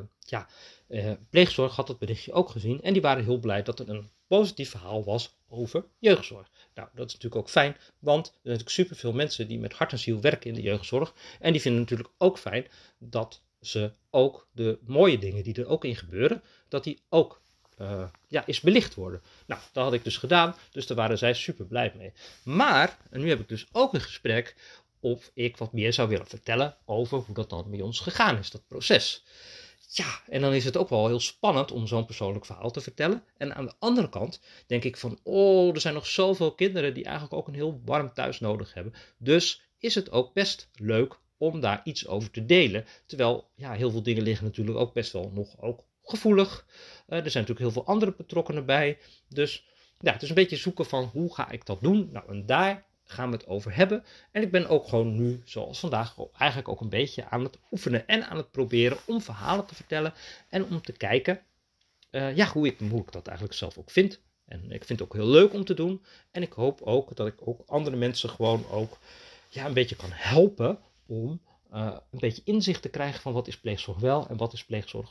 pleegzorg had dat berichtje ook gezien. En die waren heel blij dat er een positief verhaal was over jeugdzorg. Nou, dat is natuurlijk ook fijn, want er zijn natuurlijk superveel mensen die met hart en ziel werken in de jeugdzorg. En die vinden natuurlijk ook fijn dat ze ook de mooie dingen die er ook in gebeuren, dat die ook is belicht worden. Nou, dat had ik dus gedaan, dus daar waren zij super blij mee. Maar, en nu heb ik dus ook een gesprek of ik wat meer zou willen vertellen over hoe dat dan bij ons gegaan is, dat proces. Ja, en dan is het ook wel heel spannend om zo'n persoonlijk verhaal te vertellen. En aan de andere kant denk ik van, er zijn nog zoveel kinderen die eigenlijk ook een heel warm thuis nodig hebben. Dus is het ook best leuk om daar iets over te delen. Terwijl, heel veel dingen liggen natuurlijk ook best wel nog ook gevoelig. Er zijn natuurlijk heel veel andere betrokkenen bij. Dus het is een beetje zoeken van, hoe ga ik dat doen? Nou, en daar gaan we het over hebben. En ik ben ook gewoon nu, zoals vandaag, eigenlijk ook een beetje aan het oefenen en aan het proberen om verhalen te vertellen en om te kijken hoe ik dat eigenlijk zelf ook vind. En ik vind het ook heel leuk om te doen. En ik hoop ook dat ik ook andere mensen gewoon ook een beetje kan helpen om een beetje inzicht te krijgen van wat is pleegzorg wel en wat is pleegzorg ook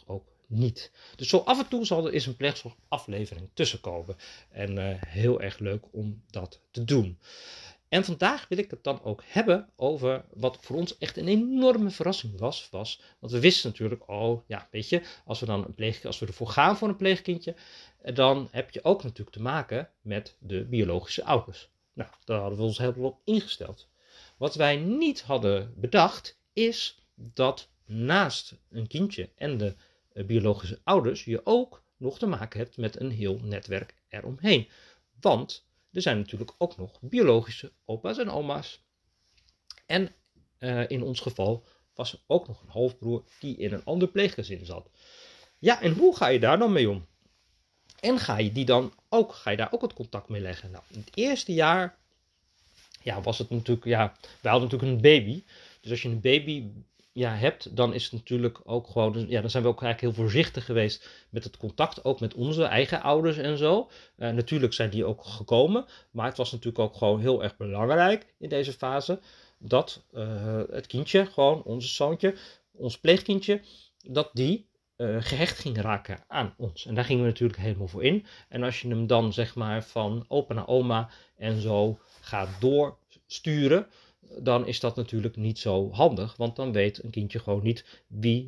niet. Dus zo af en toe zal er eens een pleegzorgaflevering tussenkomen. En heel erg leuk om dat te doen. En vandaag wil ik het dan ook hebben over wat voor ons echt een enorme verrassing was. Want we wisten natuurlijk, weet je, als we ervoor gaan voor een pleegkindje, dan heb je ook natuurlijk te maken met de biologische ouders. Nou, daar hadden we ons helemaal op ingesteld. Wat wij niet hadden bedacht, is dat naast een kindje en de biologische ouders, je ook nog te maken hebt met een heel netwerk eromheen. Want er zijn natuurlijk ook nog biologische opa's en oma's. En in ons geval was er ook nog een halfbroer die in een ander pleeggezin zat. Ja, en hoe ga je daar dan mee om? En ga je daar ook het contact mee leggen? Nou, in het eerste jaar was het natuurlijk, wij hadden natuurlijk een baby. Dus als je een baby hebt, dan is het natuurlijk ook gewoon, dan zijn we ook eigenlijk heel voorzichtig geweest met het contact, ook met onze eigen ouders en zo. Natuurlijk zijn die ook gekomen, maar het was natuurlijk ook gewoon heel erg belangrijk in deze fase dat het kindje, gewoon onze zoontje, ons pleegkindje, dat die gehecht ging raken aan ons. En daar gingen we natuurlijk helemaal voor in. En als je hem dan zeg maar van opa naar oma en zo gaat doorsturen, dan is dat natuurlijk niet zo handig. Want dan weet een kindje gewoon niet wie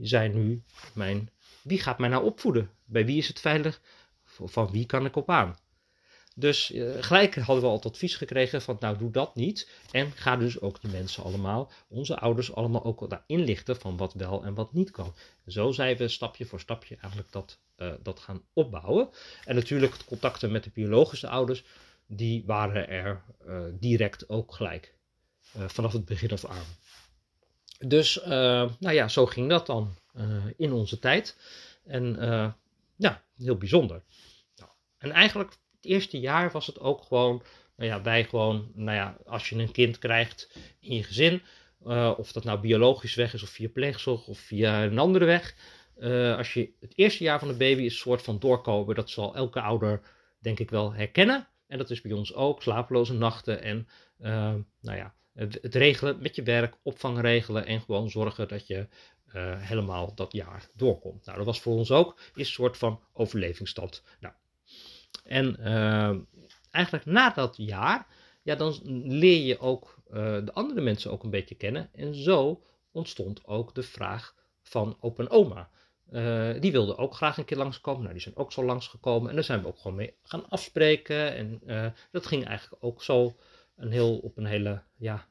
gaat mij nou opvoeden? Bij wie is het veilig? Van wie kan ik op aan? Dus gelijk hadden we al het advies gekregen van nou doe dat niet. En ga dus ook die mensen allemaal, onze ouders allemaal ook daar inlichten van wat wel en wat niet kan. Zo zijn we stapje voor stapje eigenlijk dat gaan opbouwen. En natuurlijk de contacten met de biologische ouders, die waren er direct ook gelijk. Vanaf het begin af aan. Dus zo ging dat dan in onze tijd. En heel bijzonder. Nou, en eigenlijk het eerste jaar was het ook gewoon, als je een kind krijgt in je gezin, of dat nou biologisch weg is of via pleegzorg of via een andere weg. Als je het eerste jaar van de baby is een soort van doorkomen, dat zal elke ouder denk ik wel herkennen. En dat is bij ons ook, slapeloze nachten en het regelen met je werk, opvang regelen en gewoon zorgen dat je helemaal dat jaar doorkomt. Nou, dat was voor ons ook een soort van overlevingsstand. Nou, en eigenlijk na dat jaar, dan leer je ook de andere mensen ook een beetje kennen. En zo ontstond ook de vraag van opa en oma. Die wilden ook graag een keer langskomen. Nou, die zijn ook zo langsgekomen. En daar zijn we ook gewoon mee gaan afspreken. En dat ging eigenlijk ook zo op een hele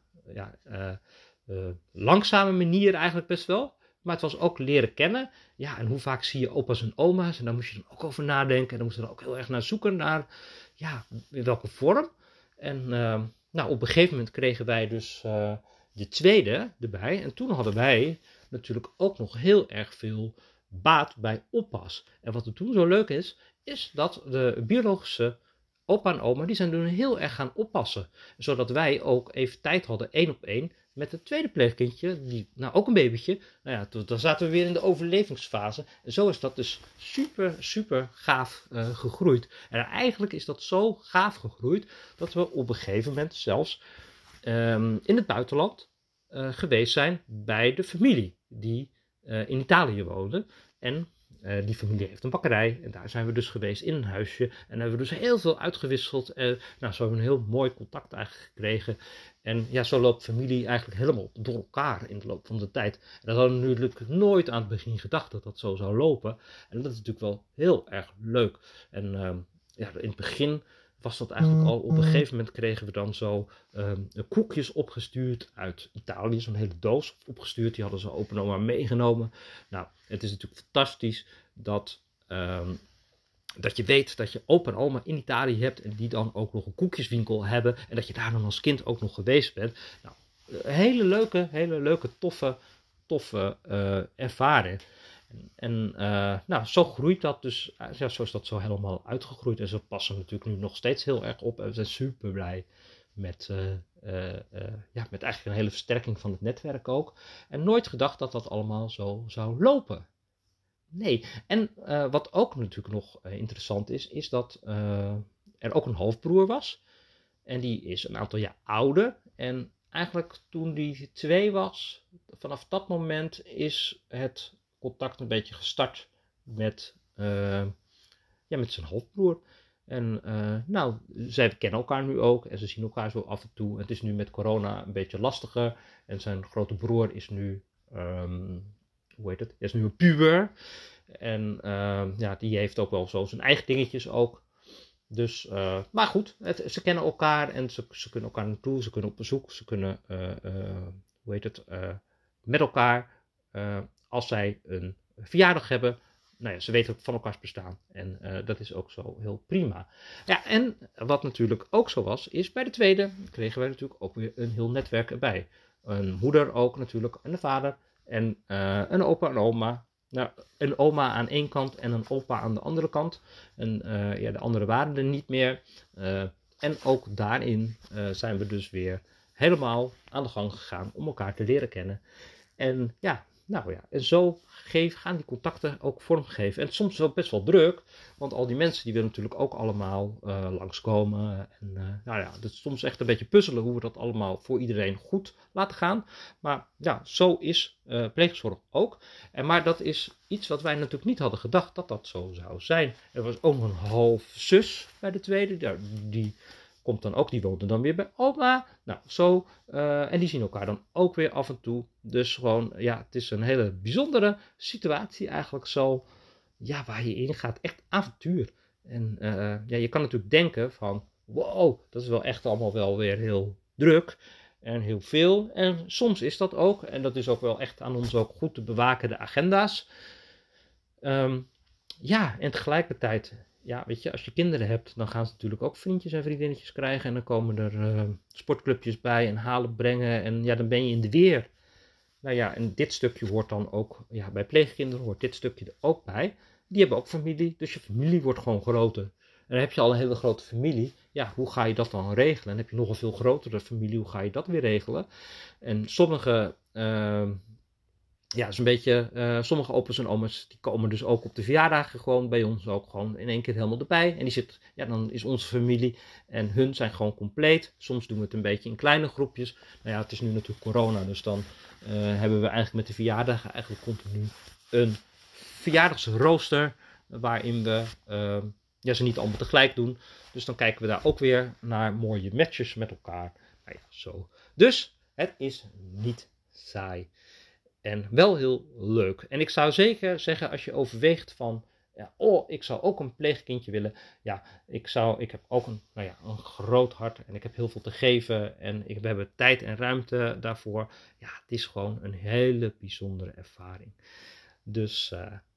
langzame manier eigenlijk best wel. Maar het was ook leren kennen. Ja, en hoe vaak zie je opa's en oma's? En daar moest je dan ook over nadenken. En dan moest je er ook heel erg naar zoeken. Naar, in welke vorm. En op een gegeven moment kregen wij dus de tweede erbij. En toen hadden wij natuurlijk ook nog heel erg veel baat bij oppas. En wat er toen zo leuk is dat de biologische opa en oma, die zijn toen heel erg gaan oppassen. Zodat wij ook even tijd hadden, 1 op 1, met het tweede pleegkindje, ook een babytje. Dan zaten we weer in de overlevingsfase. En zo is dat dus super, super gaaf gegroeid. En eigenlijk is dat zo gaaf gegroeid, dat we op een gegeven moment zelfs in het buitenland geweest zijn bij de familie die in Italië woonde. En die familie heeft een bakkerij en daar zijn we dus geweest in een huisje. En hebben we dus heel veel uitgewisseld. Zo hebben we een heel mooi contact eigenlijk gekregen. En zo loopt familie eigenlijk helemaal door elkaar in de loop van de tijd. En dat hadden we natuurlijk nooit aan het begin gedacht dat dat zo zou lopen. En dat is natuurlijk wel heel erg leuk. En in het begin was dat eigenlijk al, op een gegeven moment kregen we dan zo koekjes opgestuurd uit Italië, zo'n hele doos opgestuurd, die hadden ze opa en oma meegenomen. Nou, het is natuurlijk fantastisch dat je weet dat je opa en oma in Italië hebt en die dan ook nog een koekjeswinkel hebben en dat je daar dan als kind ook nog geweest bent. Nou, hele leuke, toffe ervaring. En zo groeit dat dus, zo is dat zo helemaal uitgegroeid. En zo passen we natuurlijk nu nog steeds heel erg op. En we zijn super blij met eigenlijk een hele versterking van het netwerk ook. En nooit gedacht dat dat allemaal zo zou lopen. Nee, en wat ook natuurlijk nog interessant is dat er ook een halfbroer was. En die is een aantal jaar ouder. En eigenlijk toen die 2 was, vanaf dat moment is het contact een beetje gestart met zijn halfbroer. En zij kennen elkaar nu ook en ze zien elkaar zo af en toe. Het is nu met corona een beetje lastiger. En zijn grote broer is nu, is nu een puber. En die heeft ook wel zo zijn eigen dingetjes ook. Dus, maar goed, ze kennen elkaar en ze kunnen elkaar naartoe, ze kunnen op bezoek, ze kunnen, met elkaar, als zij een verjaardag hebben. Nou ja, ze weten van elkaars bestaan en dat is ook zo heel prima. Ja, en wat natuurlijk ook zo was, is bij de tweede kregen wij natuurlijk ook weer een heel netwerk erbij. Een moeder ook natuurlijk en een vader en een opa en oma. Nou, een oma aan één kant en een opa aan de andere kant. En de anderen waren er niet meer. En ook daarin zijn we dus weer helemaal aan de gang gegaan om elkaar te leren kennen. En en zo gaan die contacten ook vormgeven. En soms wel best wel druk, want al die mensen die willen natuurlijk ook allemaal langskomen. En dat is soms echt een beetje puzzelen hoe we dat allemaal voor iedereen goed laten gaan. Maar ja, zo is pleegzorg ook. Maar dat is iets wat wij natuurlijk niet hadden gedacht dat dat zo zou zijn. Er was ook een halfzus bij de tweede, die komt dan ook, die woonde dan weer bij oma. Nou, zo. En die zien elkaar dan ook weer af en toe. Dus gewoon, het is een hele bijzondere situatie eigenlijk zo. Ja, waar je in gaat. Echt avontuur. En je kan natuurlijk denken van, wow, dat is wel echt allemaal wel weer heel druk. En heel veel. En soms is dat ook. En dat is ook wel echt aan ons ook goed te bewaken, de agenda's. En tegelijkertijd, weet je, als je kinderen hebt, dan gaan ze natuurlijk ook vriendjes en vriendinnetjes krijgen. En dan komen er sportclubjes bij en halen, brengen. En dan ben je in de weer. Nou ja, en dit stukje hoort dan ook, bij pleegkinderen hoort dit stukje er ook bij. Die hebben ook familie, dus je familie wordt gewoon groter. En dan heb je al een hele grote familie. Ja, hoe ga je dat dan regelen? En heb je nog een veel grotere familie, hoe ga je dat weer regelen? En sommige... is een beetje, sommige opa's en oma's, die komen dus ook op de verjaardagen gewoon bij ons ook gewoon in één keer helemaal erbij. En die zit, dan is onze familie en hun zijn gewoon compleet. Soms doen we het een beetje in kleine groepjes. Nou ja, het is nu natuurlijk corona, dus dan hebben we eigenlijk met de verjaardagen eigenlijk continu een verjaardagsrooster waarin we ze niet allemaal tegelijk doen. Dus dan kijken we daar ook weer naar mooie matches met elkaar. Nou ja, zo. Dus het is niet saai. En wel heel leuk. En ik zou zeker zeggen, als je overweegt van, ik zou ook een pleegkindje willen. Ja, ik heb ook een groot hart en ik heb heel veel te geven. En we hebben tijd en ruimte daarvoor. Ja, het is gewoon een hele bijzondere ervaring. Dus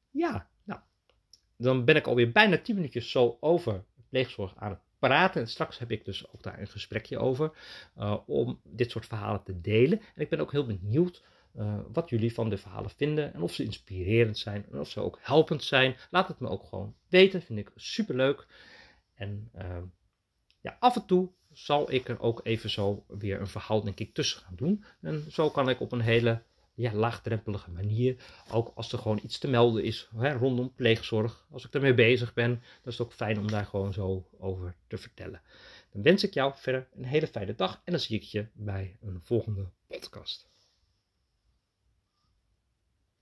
dan ben ik alweer bijna 10 minuutjes zo over pleegzorg aan het praten. En straks heb ik dus ook daar een gesprekje over om dit soort verhalen te delen. En ik ben ook heel benieuwd wat jullie van de verhalen vinden en of ze inspirerend zijn en of ze ook helpend zijn. Laat het me ook gewoon weten, vind ik superleuk. En af en toe zal ik er ook even zo weer een verhaal denk ik tussen gaan doen. En zo kan ik op een hele laagdrempelige manier, ook als er gewoon iets te melden is rondom pleegzorg, als ik ermee bezig ben, dan is het ook fijn om daar gewoon zo over te vertellen. Dan wens ik jou verder een hele fijne dag en dan zie ik je bij een volgende podcast.